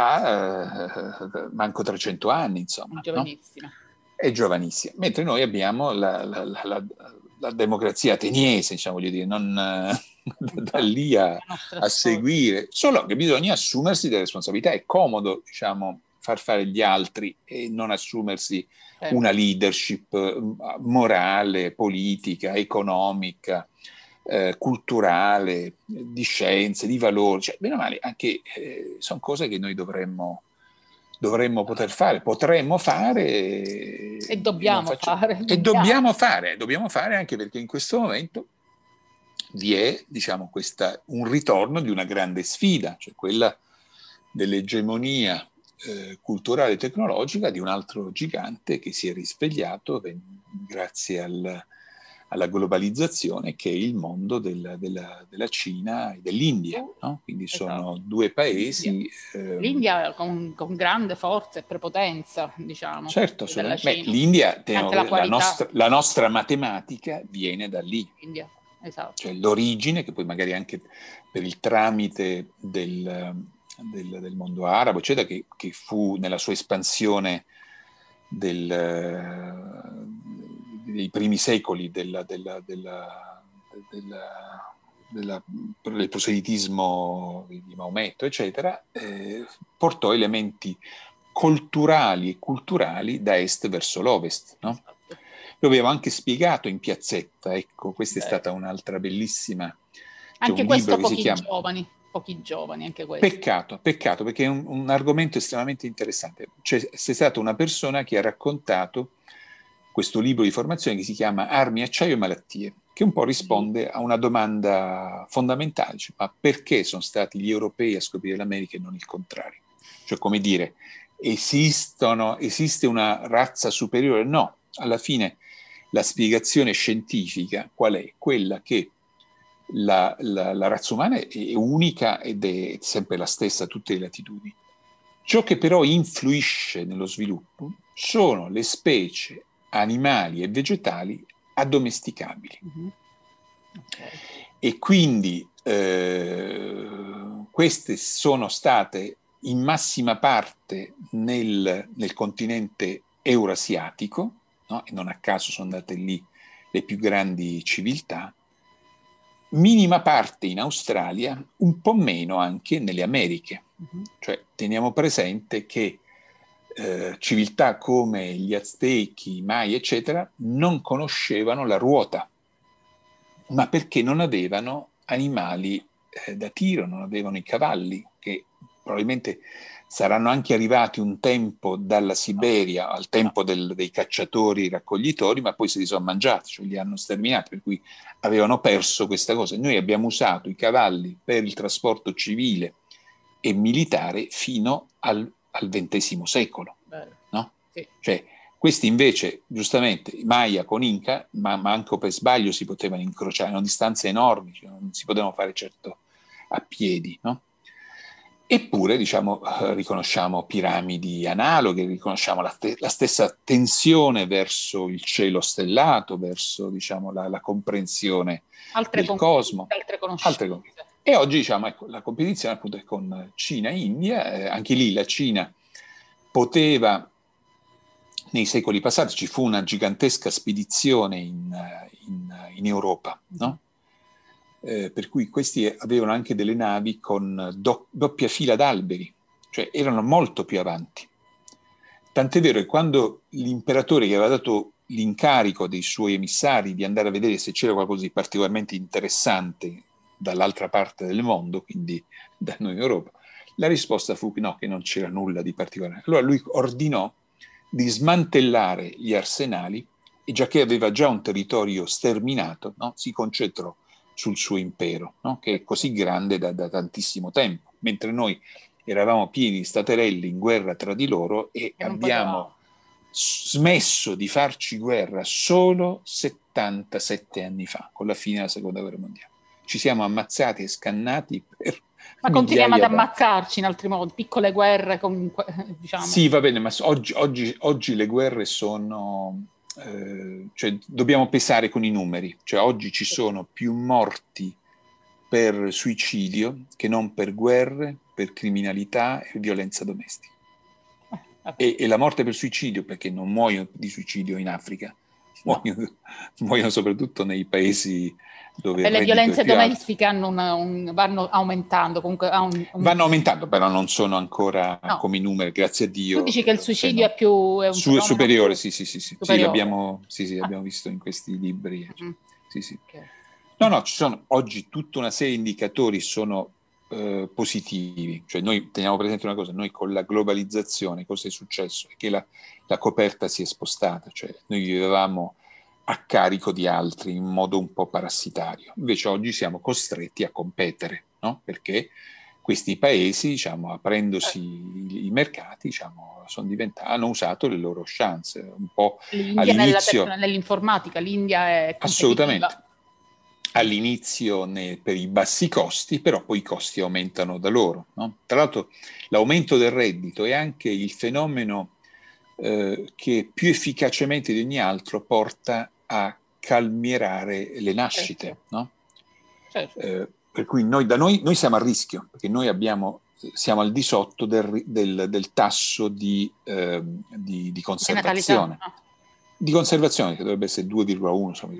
ha manco trecento anni, insomma. È giovanissima. No? È giovanissima, mentre noi abbiamo la, la, la, la, la democrazia ateniese, diciamo, voglio dire, non da lì a, a seguire, solo che bisogna assumersi delle responsabilità. È comodo, diciamo, far fare gli altri e non assumersi Eh. una leadership morale, politica, economica, eh, culturale, di scienze, di valori, cioè, bene o male, anche eh, sono cose che noi dovremmo, dovremmo poter fare, potremmo fare e dobbiamo e fare. E dobbiamo fare, dobbiamo fare anche perché in questo momento vi è, diciamo, questa, un ritorno di una grande sfida, cioè quella dell'egemonia eh, culturale e tecnologica di un altro gigante che si è risvegliato grazie al, alla globalizzazione, che è il mondo del, della, della Cina e dell'India, no? Quindi sono esatto. due paesi... L'India, eh, L'India con, con grande forza e prepotenza, diciamo. Certo, beh, l'India, la, la, nostra, la nostra matematica viene da lì. India. Esatto. Cioè l'origine, che poi magari anche per il tramite del, del, del mondo arabo, eccetera, che, che fu nella sua espansione del, dei primi secoli della, della, della, della, della, del proselitismo di Maometto, eccetera, eh, portò elementi culturali e culturali da est verso l'ovest, no? Esatto. Lo avevo anche spiegato in piazzetta, ecco, questa Beh. è stata un'altra bellissima... Anche questo pochi chiama... giovani, pochi giovani, anche questo. Peccato, peccato, perché è un, un argomento estremamente interessante. C'è, c'è stata una persona che ha raccontato questo libro di formazione che si chiama Armi, acciaio e malattie, che un po' risponde a una domanda fondamentale, cioè, ma perché sono stati gli europei a scoprire l'America e non il contrario? Cioè, come dire, esistono, esiste una razza superiore? No, alla fine la spiegazione scientifica qual è? Quella che la, la, la razza umana è unica ed è sempre la stessa a tutte le latitudini. Ciò che però influisce nello sviluppo sono le specie animali e vegetali addomesticabili. Mm-hmm. Okay. E quindi eh, queste sono state in massima parte nel, nel continente eurasiatico, no? E non a caso sono andate lì le più grandi civiltà, minima parte in Australia, un po' meno anche nelle Americhe. Uh-huh. Cioè teniamo presente che eh, civiltà come gli Aztechi, i Mai, eccetera, non conoscevano la ruota, ma perché non avevano animali eh, da tiro, non avevano i cavalli, che probabilmente saranno anche arrivati un tempo dalla Siberia al tempo del, dei cacciatori raccoglitori, ma poi se li sono mangiati, cioè li hanno sterminati, per cui avevano perso questa cosa. Noi abbiamo usato i cavalli per il trasporto civile e militare fino al, al ventesimo secolo, no? Sì. Cioè, questi invece, giustamente, Maya con Inca, ma manco per sbaglio si potevano incrociare, erano distanze enormi, cioè non si potevano fare certo a piedi, no? Eppure, diciamo, riconosciamo piramidi analoghe, riconosciamo la, te- la stessa tensione verso il cielo stellato, verso, diciamo, la, la comprensione altre del cosmo. Altre conoscenze. Altre, e oggi, diciamo, ecco, la competizione appunto è con Cina e India. Eh, anche lì la Cina poteva, nei secoli passati, ci fu una gigantesca spedizione in, in, in Europa, no? Eh, per cui questi avevano anche delle navi con do, doppia fila d'alberi, cioè erano molto più avanti. Tant'è vero che quando l'imperatore gli aveva dato l'incarico dei suoi emissari di andare a vedere se c'era qualcosa di particolarmente interessante dall'altra parte del mondo, quindi da noi in Europa, la risposta fu no, che non c'era nulla di particolare. Allora lui ordinò di smantellare gli arsenali e, già che aveva già un territorio sterminato, no, si concentrò sul suo impero, no? Che è così grande da, da tantissimo tempo, mentre noi eravamo pieni di staterelli in guerra tra di loro e abbiamo smesso di farci guerra solo settantasette anni fa, con la fine della seconda guerra mondiale. Ci siamo ammazzati e scannati per ma continuiamo ad ammazzarci in altri modi, piccole guerre comunque, diciamo. Sì, va bene, ma oggi, oggi, oggi le guerre sono... Eh, cioè dobbiamo pesare con i numeri, cioè oggi ci sono più morti per suicidio che non per guerre, per criminalità e violenza domestica. E, e la morte per suicidio, perché non muoiono di suicidio in Africa, muoiono, muoiono soprattutto nei paesi dove e il le reddito violenze è più alto. domestiche hanno una, un, vanno aumentando, comunque ha un, un... Vanno aumentando, però non sono ancora no. come i numeri, grazie a Dio. Tu dici che il suicidio no. è più è un Su, superiore, più sì, sì, sì, sì, superiore. sì, l'abbiamo, sì, sì, Ah. abbiamo visto in questi libri. Mm. Sì, sì. Okay. No, no, ci sono oggi tutta una serie di indicatori sono eh, positivi, cioè noi teniamo presente una cosa, noi con la globalizzazione cosa è successo? È che la, la coperta si è spostata, cioè noi vivevamo a carico di altri in modo un po' parassitario, invece oggi siamo costretti a competere, no? Perché questi paesi, diciamo, aprendosi i, i mercati, diciamo, sono diventati, hanno usato le loro chance, un po' L'India all'inizio. Nella, nell'informatica, l'India è assolutamente. All'inizio ne, per i bassi costi, però poi i costi aumentano da loro. No? Tra l'altro l'aumento del reddito è anche il fenomeno eh, che più efficacemente di ogni altro porta a calmierare le nascite. Certo. No? Certo. Eh, per cui noi, da noi, noi siamo a rischio, perché noi abbiamo, siamo al di sotto del, del, del tasso di, eh, di, di conservazione. No. Di conservazione, che dovrebbe essere due virgola uno, insomma,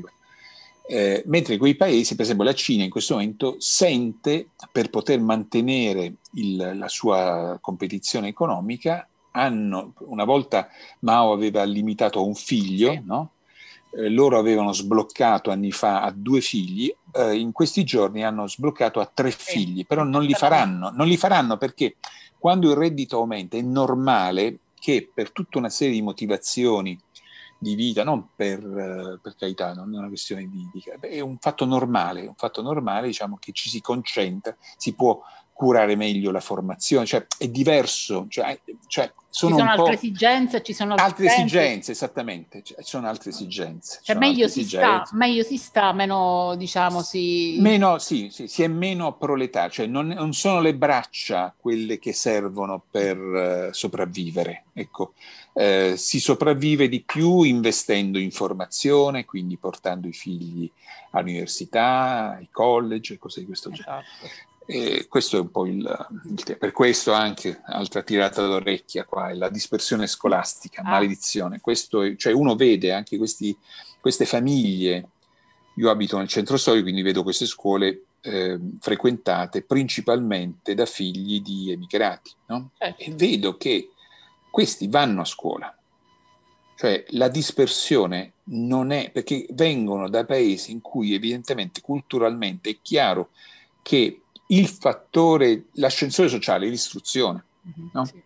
Eh, mentre quei paesi, per esempio la Cina in questo momento, sente per poter mantenere il, la sua competizione economica, hanno, una volta Mao aveva limitato a un figlio, Sì. no? eh, loro avevano sbloccato anni fa a due figli, eh, in questi giorni hanno sbloccato a tre Sì. figli, però non li faranno, non li faranno perché quando il reddito aumenta è normale che per tutta una serie di motivazioni di vita, non per, per carità, non è una questione di, di è un fatto normale, un fatto normale, diciamo, che ci si concentra, si può curare meglio la formazione, cioè è diverso, cioè, cioè sono ci sono un altre po' esigenze, ci sono altre tempi. esigenze, esattamente, cioè, ci sono altre esigenze. Cioè, sono meglio, altre si esigenze. sta, meglio si sta, meno, diciamo, si... Meno, sì, sì, si è meno proletario, cioè non, non sono le braccia quelle che servono per uh, sopravvivere, ecco. Eh, si sopravvive di più investendo in formazione, quindi portando i figli all'università, ai college, cose di questo genere. Esatto. E questo è un po' il, il tema. Per questo anche, altra tirata d'orecchia qua, è la dispersione scolastica, Ah. maledizione. Questo è, cioè uno vede anche questi, queste famiglie. Io abito nel centro storico, quindi vedo queste scuole eh, frequentate principalmente da figli di emigrati, no? Certo. E vedo che questi vanno a scuola. Cioè la dispersione non è, perché vengono da paesi in cui evidentemente culturalmente è chiaro che il fattore, l'ascensore sociale è l'istruzione, Mm-hmm, no? sì.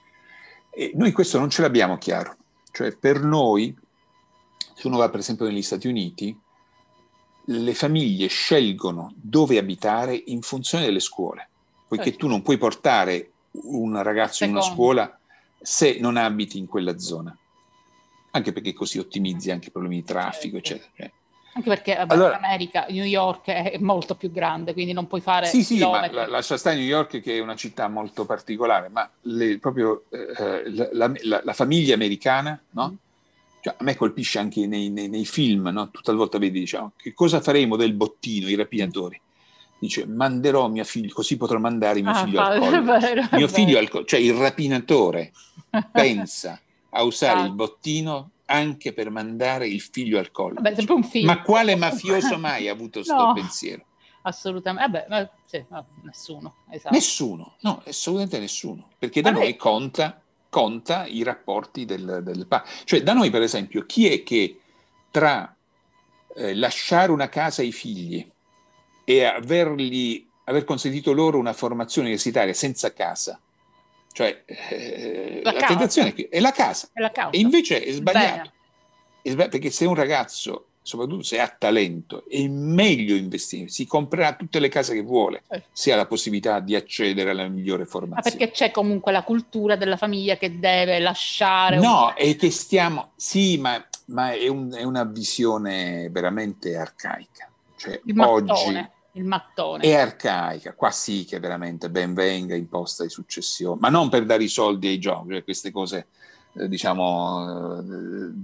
E noi questo non ce l'abbiamo chiaro. Cioè per noi, se uno va per esempio negli Stati Uniti, le famiglie scelgono dove abitare in funzione delle scuole, poiché Certo. tu non puoi portare un ragazzo in una scuola se non abiti in quella zona, anche perché così ottimizzi anche i problemi di traffico, certo. eccetera. Anche perché vabbè, allora, in America, New York è molto più grande, quindi non puoi fare sì, sì, chilometri. ma lascia stare New York che è una città molto particolare, ma le, proprio eh, la, la, la famiglia americana, no? Mm. Cioè, a me colpisce anche nei, nei, nei film, no? Tutta la volta vedi, diciamo, che cosa faremo del bottino, i rapinatori? Dice, manderò mio figlio, così potrò mandare mio ah, figlio fa, al college. Vero, mio figlio al college, cioè il rapinatore pensa a usare ah. il bottino anche per mandare il figlio al college. Vabbè, sempre un film. Ma quale mafioso mai ha avuto questo no, pensiero? Assolutamente, vabbè, ma, sì, no, nessuno. Esatto. Nessuno, no, assolutamente nessuno, perché da Vabbè. noi conta, conta i rapporti del, del cioè da noi per esempio chi è che tra eh, lasciare una casa ai figli e avergli, aver consentito loro una formazione universitaria senza casa, cioè eh, la, la tentazione è, è la casa, è la causa. E invece è sbagliato, è sbagliato, perché se un ragazzo, soprattutto se ha talento, è meglio investire, si comprerà tutte le case che vuole, certo. se ha la possibilità di accedere alla migliore formazione. Ma perché c'è comunque la cultura della famiglia che deve lasciare... No, un... è che stiamo... Sì, ma, ma è, un, è una visione veramente arcaica. Cioè, il mattone, oggi il mattone. È arcaica. Qua sì che veramente ben venga imposta di successione, ma non per dare i soldi ai giovani, cioè queste cose, eh, diciamo, eh,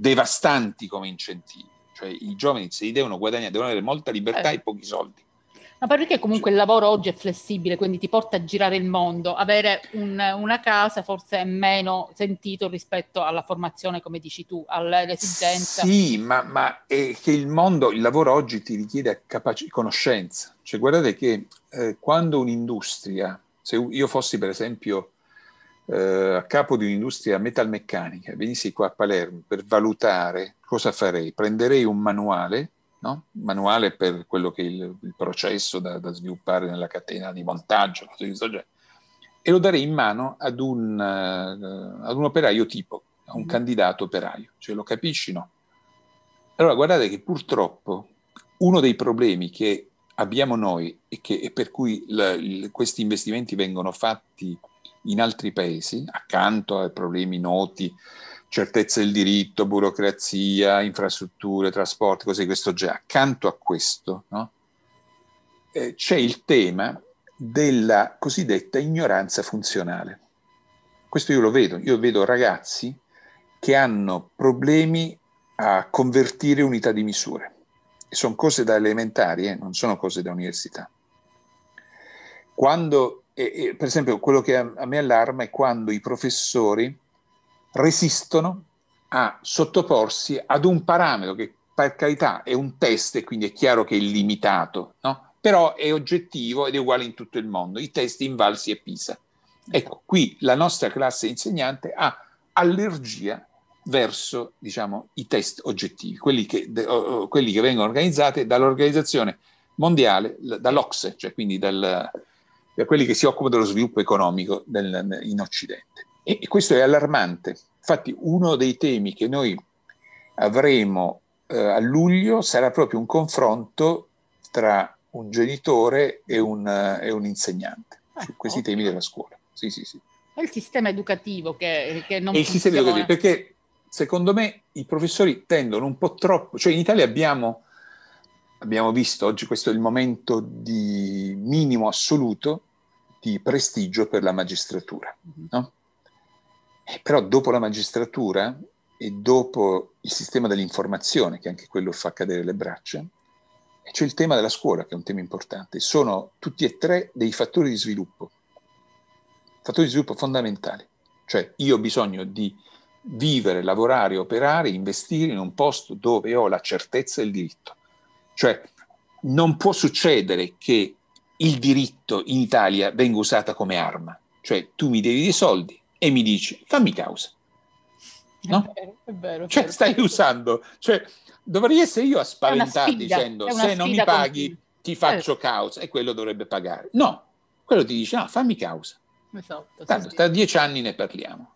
devastanti come incentivi. Cioè i giovani se li devono guadagnare, devono avere molta libertà eh. e pochi soldi. Ma perché comunque il lavoro oggi è flessibile, quindi ti porta a girare il mondo. Avere un, una casa forse è meno sentito rispetto alla formazione, come dici tu, all'esigenza. Sì, ma, ma è che il mondo, il lavoro oggi ti richiede capaci- conoscenza. Cioè, guardate che eh, quando un'industria, se io fossi per esempio eh, a capo di un'industria metalmeccanica, venissi qua a Palermo per valutare cosa farei, prenderei un manuale, no? Un manuale per quello che è il, il processo da, da sviluppare nella catena di montaggio, cose di questo genere, e lo darei in mano ad un, uh, ad un operaio tipo, a un mm. candidato operaio. Cioè, lo capisci, no? Allora, guardate che purtroppo uno dei problemi che abbiamo noi e, che, e per cui la, il, questi investimenti vengono fatti in altri paesi, accanto ai problemi noti, certezza del diritto, burocrazia, infrastrutture, trasporti, cose di questo genere, accanto a questo, no? eh, c'è il tema della cosiddetta ignoranza funzionale. Questo io lo vedo, io vedo ragazzi che hanno problemi a convertire unità di misure. E sono cose da elementari, eh, non sono cose da università. Quando, eh, eh, per esempio, quello che a, a me allarma è quando i professori resistono a sottoporsi ad un parametro che, per carità, è un test e quindi è chiaro che è limitato, no? Però è oggettivo ed è uguale in tutto il mondo, i test Invalsi e PISA. Ecco, qui la nostra classe insegnante ha allergia verso, diciamo, i test oggettivi, quelli che, de, o, quelli che vengono organizzati dall'Organizzazione Mondiale, dall'Ocse, cioè quindi dal, da quelli che si occupano dello sviluppo economico del, in Occidente. E, e questo è allarmante. Infatti uno dei temi che noi avremo eh, a luglio sarà proprio un confronto tra un genitore e un, uh, e un insegnante eh, su questi ottimo. temi della scuola. Sì, sì, sì. È il sistema educativo che, che non è il funziona. Sistema educativo, perché secondo me i professori tendono un po' troppo, cioè in Italia abbiamo, abbiamo visto, oggi questo è il momento di minimo assoluto di prestigio per la magistratura, no? Eh, però dopo la magistratura e dopo il sistema dell'informazione, che anche quello fa cadere le braccia, c'è il tema della scuola, che è un tema importante. Sono tutti e tre dei fattori di sviluppo, fattori di sviluppo fondamentali. Cioè io ho bisogno di vivere, lavorare, operare, investire in un posto dove ho la certezza del diritto. Cioè non può succedere che il diritto in Italia venga usato come arma. Cioè tu mi devi dei soldi e mi dici fammi causa. No? È vero, è vero. È cioè vero. stai usando... Cioè, dovrei essere io a spaventare sfida, dicendo se non mi paghi continua. Ti faccio eh. causa e quello dovrebbe pagare. No, quello ti dice no, fammi causa. Esatto, tanto sì, tra sì. dieci anni ne parliamo.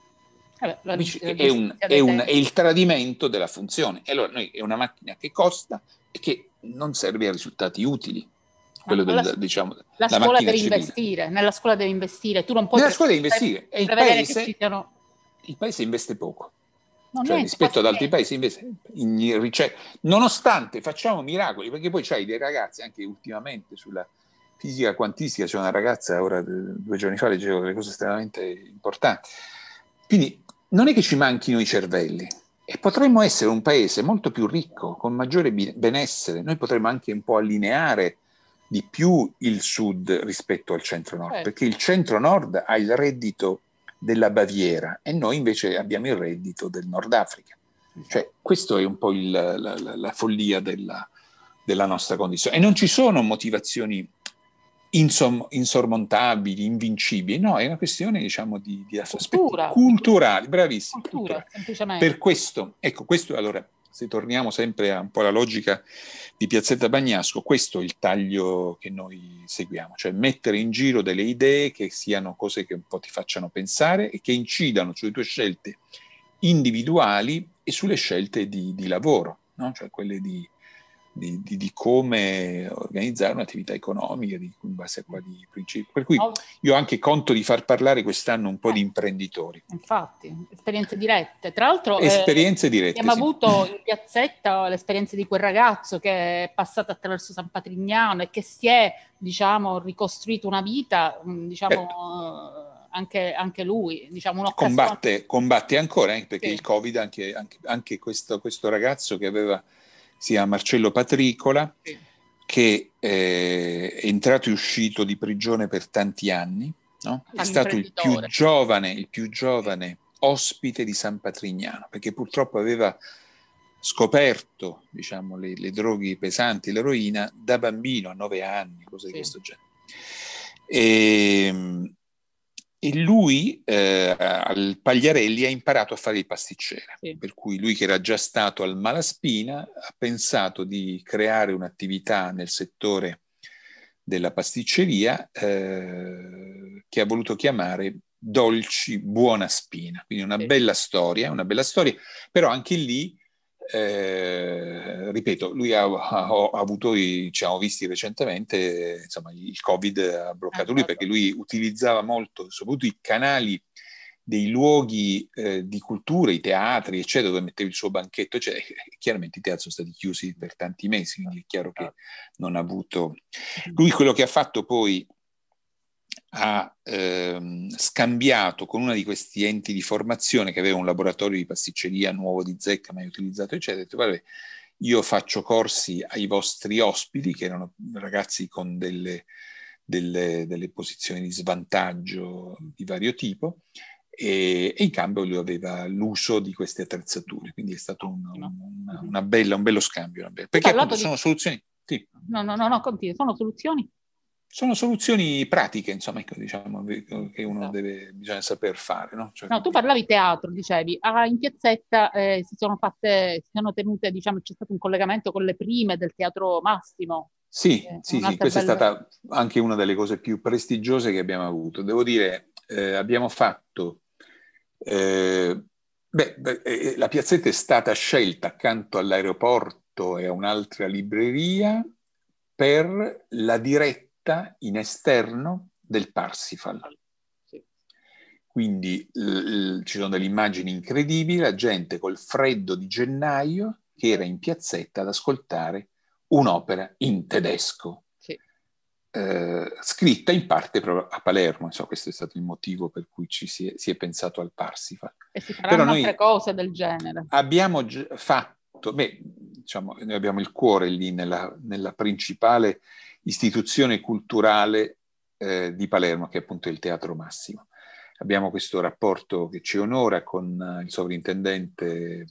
Eh beh, la, è, un, è, un, è il tradimento della funzione. E allora noi è una macchina che costa e che non serve a risultati utili. Quello no, del, la, diciamo, la, la scuola deve civile. investire, nella scuola deve investire. Tu non puoi nella scuola deve investire e il paese, che ci siano... il paese investe poco. No, cioè niente, rispetto ad altri niente. paesi invece in ricerca, nonostante facciamo miracoli, perché poi c'hai dei ragazzi anche ultimamente sulla fisica quantistica, c'è una ragazza ora due giorni fa leggevo delle cose estremamente importanti, quindi non è che ci manchino i cervelli e potremmo essere un paese molto più ricco, con maggiore benessere. Noi potremmo anche un po' allineare di più il sud rispetto al centro-nord, eh. perché il centro-nord ha il reddito della Baviera e noi invece abbiamo il reddito del Nord Africa. Cioè, questo è un po' il, la, la, la follia della, della nostra condizione. E non ci sono motivazioni insom, insormontabili, invincibili, no, è una questione, diciamo, di, di aspetti cultura, culturali, bravissimi. Cultura, culturali. semplicemente. Per questo, ecco, questo allora, se torniamo sempre a un po' alla logica di Piazzetta Bagnasco, questo è il taglio che noi seguiamo, cioè mettere in giro delle idee che siano cose che un po' ti facciano pensare e che incidano sulle tue scelte individuali e sulle scelte di, di lavoro, no? Cioè quelle di, di, di, di come organizzare un'attività economica, di, in base a quali principi. Per cui io anche conto di far parlare quest'anno un po' eh, di imprenditori. Infatti, esperienze dirette. Tra l'altro esperienze eh, dirette, abbiamo sì. avuto in Piazzetta l'esperienza di quel ragazzo che è passato attraverso San Patrignano e che si è, diciamo, ricostruito una vita, diciamo... Certo. Anche, anche lui, diciamo, un'occasione. Combatte, combatte ancora, eh, perché sì. il Covid, anche, anche, anche questo, questo ragazzo che aveva, si chiama Marcello Patricola, sì. che eh, è entrato e uscito di prigione per tanti anni, no? È stato il più giovane, il più giovane ospite di San Patrignano, perché purtroppo aveva scoperto, diciamo, le, le droghe pesanti, l'eroina, da bambino, a nove anni, cose sì. di questo genere. E, e lui eh, al Pagliarelli ha imparato a fare il pasticcere, sì. per cui lui, che era già stato al Malaspina, ha pensato di creare un'attività nel settore della pasticceria eh, che ha voluto chiamare Dolci Buona Spina. Quindi una sì. bella storia, una bella storia, però anche lì Eh, ripeto, lui ha, ha, ha avuto, i, ci siamo visti recentemente, insomma, il Covid ha bloccato lui, perché lui utilizzava molto, soprattutto i canali dei luoghi eh, di cultura, i teatri, eccetera, dove metteva il suo banchetto, eccetera. Chiaramente i teatri sono stati chiusi per tanti mesi, quindi è chiaro che non ha avuto... Lui quello che ha fatto poi ha ehm, scambiato con uno di questi enti di formazione che aveva un laboratorio di pasticceria nuovo di zecca mai utilizzato, eccetera, ha detto: vabbè, io faccio corsi ai vostri ospiti, che erano ragazzi con delle, delle, delle posizioni di svantaggio di vario tipo, e, e in cambio lui aveva l'uso di queste attrezzature, quindi è stato un, una, una bella, un bello scambio, una bella, perché appunto di... sono soluzioni... Sì. No, no, no, no, continui. Sono soluzioni? Sono soluzioni pratiche, insomma, ecco, diciamo, che uno deve, bisogna saper fare, no? Cioè, no, tu parlavi teatro, dicevi, ah, in Piazzetta eh, si sono fatte, si sono tenute, diciamo, c'è stato un collegamento con le prime del Teatro Massimo. Sì, eh, sì, sì, questa bella... è stata anche una delle cose più prestigiose che abbiamo avuto. Devo dire, eh, abbiamo fatto... Eh, beh, beh, la Piazzetta è stata scelta accanto all'aeroporto e a un'altra libreria per la diretta in esterno del Parsifal. Sì. Quindi l- l- ci sono delle immagini incredibili, la gente col freddo di gennaio che era in Piazzetta ad ascoltare un'opera in tedesco, sì. eh, scritta in parte proprio a Palermo. Insomma, questo è stato il motivo per cui ci si è, si è pensato al Parsifal. E si faranno Però altre cose del genere. Abbiamo gi- fatto, beh, diciamo, noi abbiamo il cuore lì nella, nella principale istituzione culturale eh, di Palermo, che è appunto il Teatro Massimo. Abbiamo questo rapporto che ci onora con uh, il sovrintendente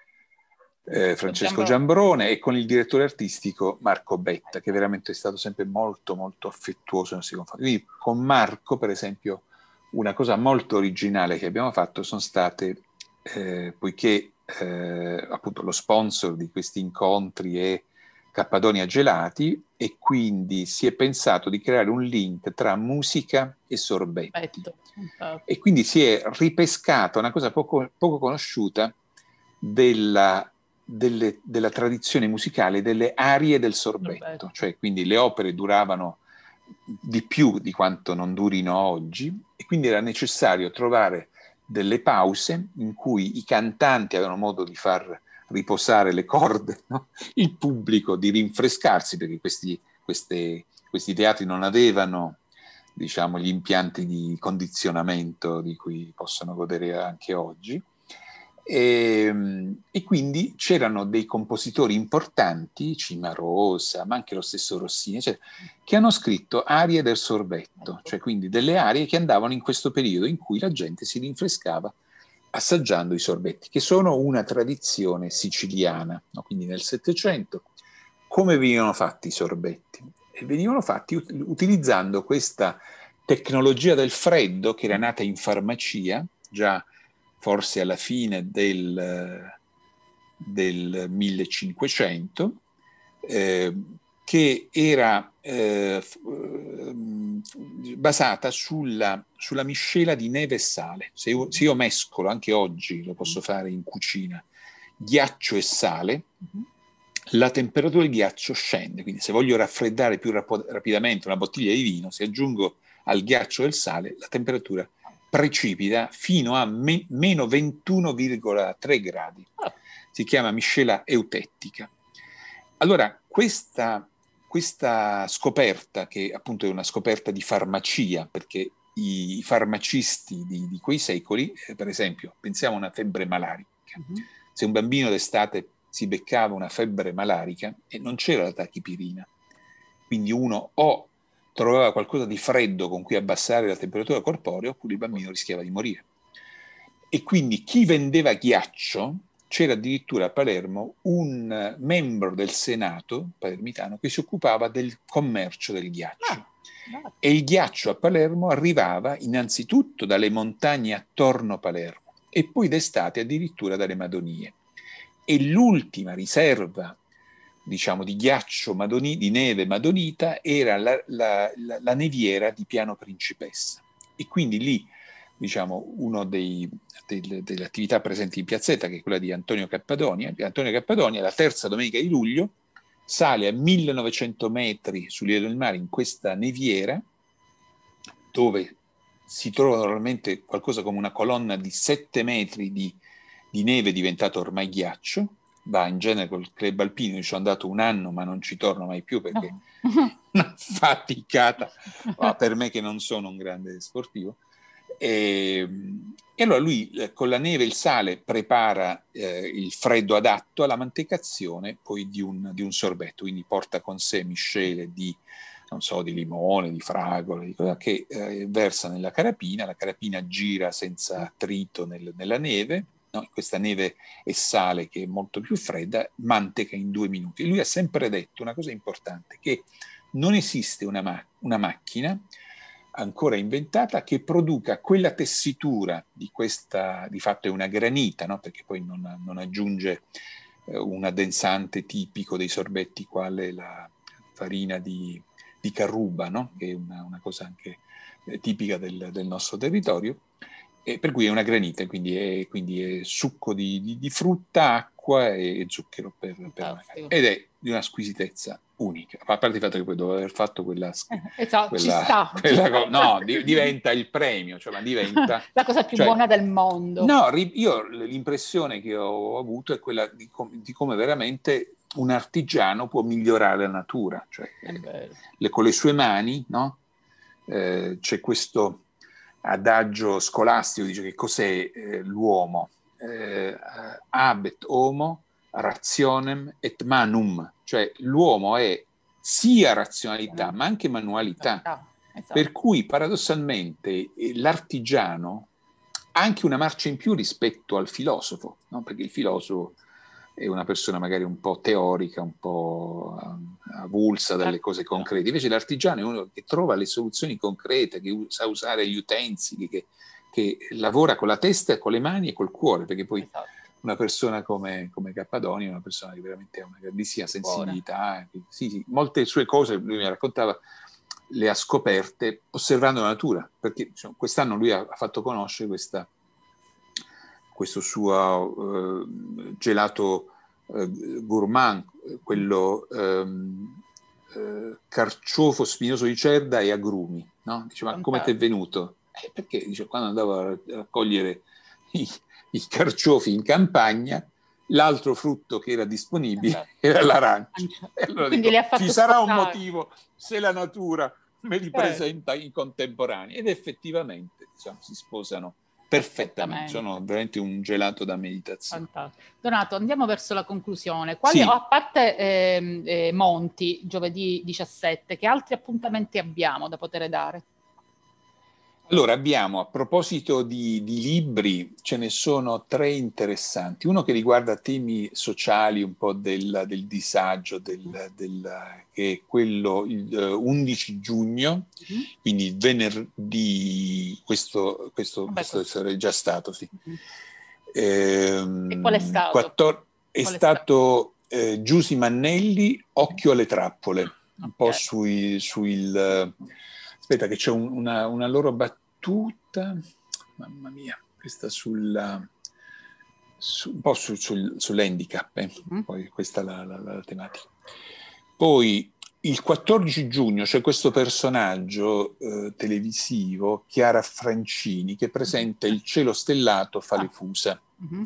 eh, Francesco Giambrone e con il direttore artistico Marco Betta, che veramente è stato sempre molto molto affettuoso nei nostri confronti. Quindi con Marco, per esempio, una cosa molto originale che abbiamo fatto sono state, eh, poiché eh, appunto lo sponsor di questi incontri è Cappadonia Gelati, e quindi si è pensato di creare un link tra musica e sorbetti. E quindi si è ripescata una cosa poco, poco conosciuta della, delle, della tradizione musicale delle arie del sorbetto. Cioè, quindi le opere duravano di più di quanto non durino oggi, e quindi era necessario trovare delle pause in cui i cantanti avevano modo di far riposare le corde, no? Il pubblico di rinfrescarsi, perché questi, queste, questi teatri non avevano, diciamo, gli impianti di condizionamento di cui possono godere anche oggi, e, e quindi c'erano dei compositori importanti, Cimarosa, ma anche lo stesso Rossini, cioè, che hanno scritto arie del sorbetto, cioè quindi delle arie che andavano in questo periodo in cui la gente si rinfrescava assaggiando i sorbetti, che sono una tradizione siciliana, no? Quindi nel Settecento come venivano fatti i sorbetti? E venivano fatti ut- utilizzando questa tecnologia del freddo che era nata in farmacia, già forse alla fine del, del millecinquecento, eh, che era eh, basata sulla, sulla miscela di neve e sale. Se io, se io mescolo, anche oggi lo posso fare in cucina, ghiaccio e sale, la temperatura del ghiaccio scende. Quindi se voglio raffreddare più rap- rapidamente una bottiglia di vino, se aggiungo al ghiaccio e il sale, la temperatura precipita fino a me- meno ventuno virgola tre gradi. Si chiama miscela eutettica. Allora, questa, questa scoperta, che appunto è una scoperta di farmacia, perché i farmacisti di, di quei secoli, eh, per esempio, pensiamo a una febbre malarica. Uh-huh. Se un bambino d'estate si beccava una febbre malarica e non c'era la tachipirina, quindi uno o trovava qualcosa di freddo con cui abbassare la temperatura corporea, oppure il bambino rischiava di morire. E quindi chi vendeva ghiaccio, c'era addirittura a Palermo un membro del Senato palermitano che si occupava del commercio del ghiaccio. Ah. E il ghiaccio a Palermo arrivava innanzitutto dalle montagne attorno a Palermo e poi d'estate addirittura dalle Madonie. E l'ultima riserva, diciamo, di ghiaccio madoni, di neve madonita era la, la, la, la neviera di Piano Principessa. E quindi lì, diciamo, una delle attività presenti in piazzetta, che è quella di Antonio Cappadonia, Antonio Cappadonia, la terza domenica di luglio, sale a millenovecento metri sul livello del mare in questa neviera, dove si trova normalmente qualcosa come una colonna di sette metri di, di neve diventato ormai ghiaccio. Va in genere col club alpino, io ci sono andato un anno ma non ci torno mai più perché no. Una faticata, per me che non sono un grande sportivo. E, e allora lui eh, con la neve e il sale prepara eh, il freddo adatto alla mantecazione poi di un, di un sorbetto, quindi porta con sé miscele di, non so, di limone, di fragole, di cosa, che eh, versa nella carapina, la carapina gira senza attrito nel, nella neve, no? Questa neve e sale che è molto più fredda, manteca in due minuti. Lui ha sempre detto una cosa importante, che non esiste una, ma- una macchina ancora inventata che produca quella tessitura di questa, di fatto è una granita, no? Perché poi non, non aggiunge eh, un addensante tipico dei sorbetti quale la farina di, di carruba, no? Che è una, una cosa anche eh, tipica del, del nostro territorio, e per cui è una granita, quindi è, quindi è succo di, di, di frutta, acqua e, e zucchero per, per ed è di una squisitezza unica, a parte il fatto che poi dopo aver fatto quella, eh, esatto, quella, ci sta, quella ci co- sta. no, di, diventa il premio, cioè ma diventa la cosa più cioè, buona del mondo. No, io l'impressione che ho avuto è quella di, com- di come veramente un artigiano può migliorare la natura, cioè le, con le sue mani, no? Eh, c'è questo adagio scolastico, dice che cos'è eh, l'uomo? Eh, habet homo rationem et manum, cioè l'uomo è sia razionalità ma anche manualità, esatto. Per cui paradossalmente l'artigiano ha anche una marcia in più rispetto al filosofo, no? Perché il filosofo è una persona magari un po' teorica, un po' avulsa dalle cose concrete, invece l'artigiano è uno che trova le soluzioni concrete, che sa usare gli utensili, che, che lavora con la testa, con le mani e col cuore, perché poi esatto. Una persona come, come Cappadonia è una persona che veramente ha una grandissima sensibilità, sì, sì, molte sue cose, lui mi raccontava, le ha scoperte osservando la natura, perché diciamo, quest'anno lui ha, ha fatto conoscere questa, questo suo uh, gelato uh, gourmand, quello um, uh, carciofo spinoso di cerda e agrumi, no? Dice, ma come ti è venuto? Eh, perché dice, quando andavo a raccogliere i, i carciofi in campagna, l'altro frutto che era disponibile era l'arancia. E allora dico, ci sarà scottare. Un motivo se la natura me li presenta in contemporanea. Ed effettivamente diciamo, si sposano perfettamente. Sono veramente un gelato da meditazione. Fantastico. Donato, andiamo verso la conclusione. Quali, sì. A parte eh, eh, Monti, giovedì diciassette, che altri appuntamenti abbiamo da poter dare? Allora abbiamo, a proposito di, di libri, ce ne sono tre interessanti. Uno che riguarda temi sociali, un po' del, del disagio, del, del, che è quello il undici giugno, mm-hmm. Quindi venerdì, questo, questo, Vabbè, questo sarebbe già stato, sì. Mm-hmm. Ehm, e qual è stato? quattor- è qual stato eh, Giusy Mannelli, Occhio alle trappole, okay. Un po' sui... sul Aspetta che c'è un, una, una loro battuta, mamma mia, questa sulla, su, un po' su, sul, sull'handicap, eh? Mm. Poi questa è la, la, la tematica. Poi il quattordici giugno c'è questo personaggio eh, televisivo, Chiara Francini, che presenta Il cielo stellato fa le fusa. Mm-hmm.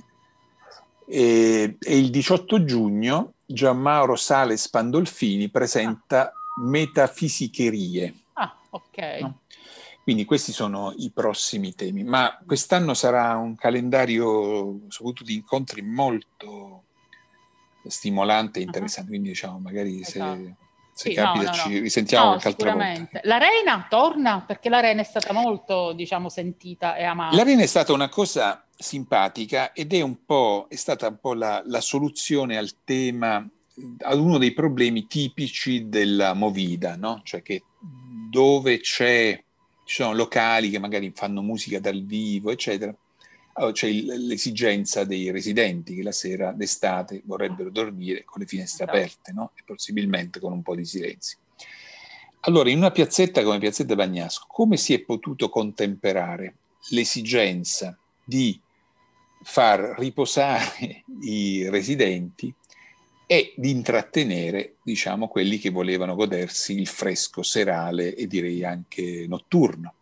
E, e il diciotto giugno Gianmauro Sales Pandolfini presenta ah. Metafisicherie. Ah, ok. No? Quindi questi sono i prossimi temi, ma quest'anno sarà un calendario soprattutto di incontri molto stimolante e interessante, uh-huh. Quindi diciamo magari esatto. se Se sì, capita no, no, ci no. risentiamo no, qualche altra volta. L'Arena torna perché l'Arena è stata molto, diciamo, sentita e amata. L'Arena è stata una cosa simpatica ed è un po', è stata un po' la, la soluzione al tema, ad uno dei problemi tipici della movida, no? Cioè che dove c'è, ci sono locali che magari fanno musica dal vivo, eccetera, allora c'è il, l'esigenza dei residenti che la sera d'estate vorrebbero dormire con le finestre Esatto. aperte, no? E possibilmente con un po' di silenzio. Allora, in una piazzetta come Piazzetta Bagnasco, come si è potuto contemperare l'esigenza di far riposare i residenti e di intrattenere, diciamo, quelli che volevano godersi il fresco serale e direi anche notturno?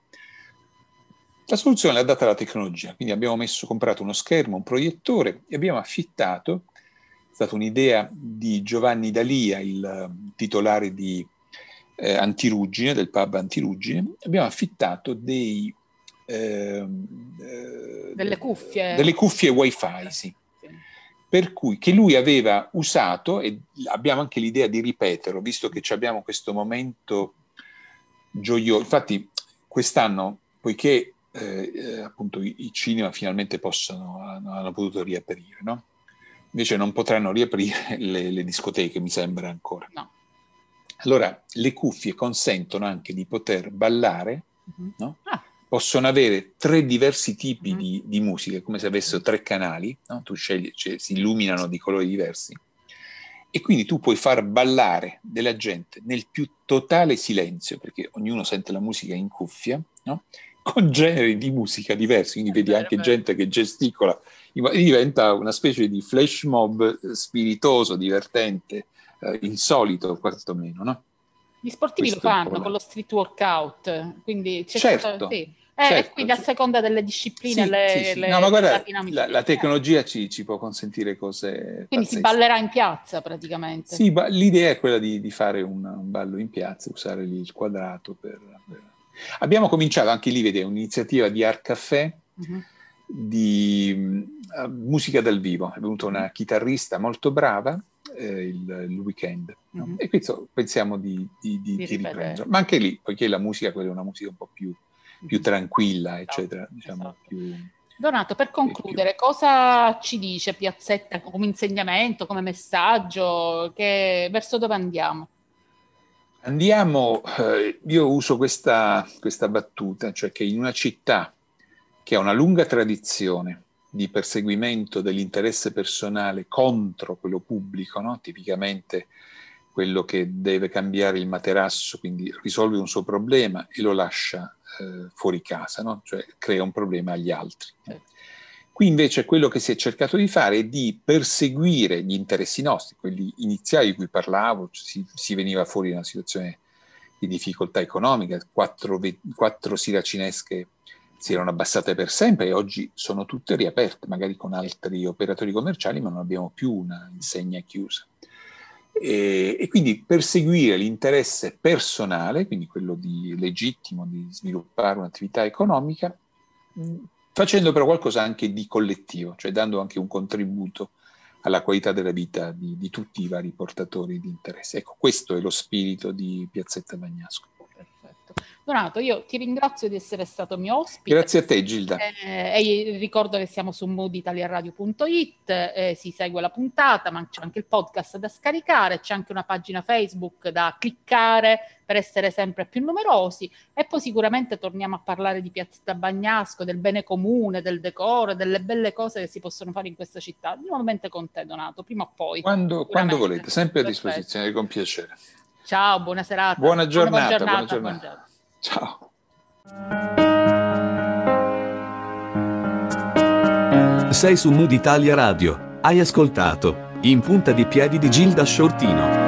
La soluzione l'ha data la tecnologia, quindi abbiamo messo, comprato uno schermo, un proiettore e abbiamo affittato, è stata un'idea di Giovanni D'Alia, il titolare di eh, Antiruggine, del pub Antiruggine, abbiamo affittato dei, eh, delle cuffie, delle cuffie wifi, sì. Per cui che lui aveva usato, e abbiamo anche l'idea di ripeterlo, visto che abbiamo questo momento gioioso. Infatti quest'anno, poiché eh, appunto i, i cinema finalmente possono, hanno, hanno potuto riaprire, no? Invece non potranno riaprire le, le discoteche, mi sembra ancora. No. Allora le cuffie consentono anche di poter ballare, uh-huh. no? Ah. Possono avere tre diversi tipi uh-huh. di, di musica, come se avessero tre canali, no? Tu scegli, cioè, si illuminano di colori diversi, e quindi tu puoi far ballare della gente nel più totale silenzio, perché ognuno sente la musica in cuffia, no? Con generi di musica diversi, quindi vedi anche gente che gesticola, diventa una specie di flash mob spiritoso, divertente, eh, insolito quantomeno, no? Gli sportivi Questo lo fanno con lo street workout, quindi c'è certo, stato, sì. eh, certo, e quindi a seconda delle discipline, sì, le, sì, sì. le, No, ma guarda, le la, la tecnologia ci, ci può consentire cose quindi pazzesche. Si ballerà in piazza praticamente. Sì, ba- l'idea è quella di, di fare un, un ballo in piazza, usare lì il quadrato per... per... Abbiamo cominciato anche lì, vedete, un'iniziativa di Art Café, uh-huh. di uh, musica dal vivo. È venuta una chitarrista molto brava eh, il, il weekend, no? uh-huh. E questo pensiamo di, di, di, di, di riprendere. Ma anche lì, poiché la musica quella è una musica un po' più, più uh-huh. tranquilla, eccetera. Esatto. Diciamo, esatto. più... Donato, per concludere, più... cosa ci dice Piazzetta come insegnamento, come messaggio? Che, verso dove andiamo? Andiamo, eh, io uso questa, questa battuta, cioè che in una città che ha una lunga tradizione di perseguimento dell'interesse personale contro quello pubblico, no? Tipicamente quello che deve cambiare il materasso, quindi risolve un suo problema e lo lascia eh, fuori casa, no? Cioè crea un problema agli altri. Certo. Qui invece quello che si è cercato di fare è di perseguire gli interessi nostri, quelli iniziali di cui parlavo, cioè si, si veniva fuori da una situazione di difficoltà economica, quattro, quattro siracinesche si erano abbassate per sempre e oggi sono tutte riaperte, magari con altri operatori commerciali, ma non abbiamo più una insegna chiusa. E, e quindi perseguire l'interesse personale, quindi quello di legittimo di sviluppare un'attività economica, facendo però qualcosa anche di collettivo, cioè dando anche un contributo alla qualità della vita di, di tutti i vari portatori di interesse. Ecco, questo è lo spirito di Piazzetta Bagnasco. Perfetto. Donato, io ti ringrazio di essere stato mio ospite. Grazie a te, Gilda. Eh, e ricordo che siamo su mood italia radio punto it, eh, si segue la puntata, ma c'è anche il podcast da scaricare, c'è anche una pagina Facebook da cliccare per essere sempre più numerosi, e poi sicuramente torniamo a parlare di Piazzetta Bagnasco, del bene comune, del decoro, delle belle cose che si possono fare in questa città. Nuovamente con te, Donato, prima o poi. Quando, quando volete, sempre a disposizione, con piacere. Ciao, buona serata. Buona giornata. Buona giornata, buona giornata. giornata. Ciao. Sei su Mood Italia Radio. Hai ascoltato In punta di piedi di Gilda Shortino.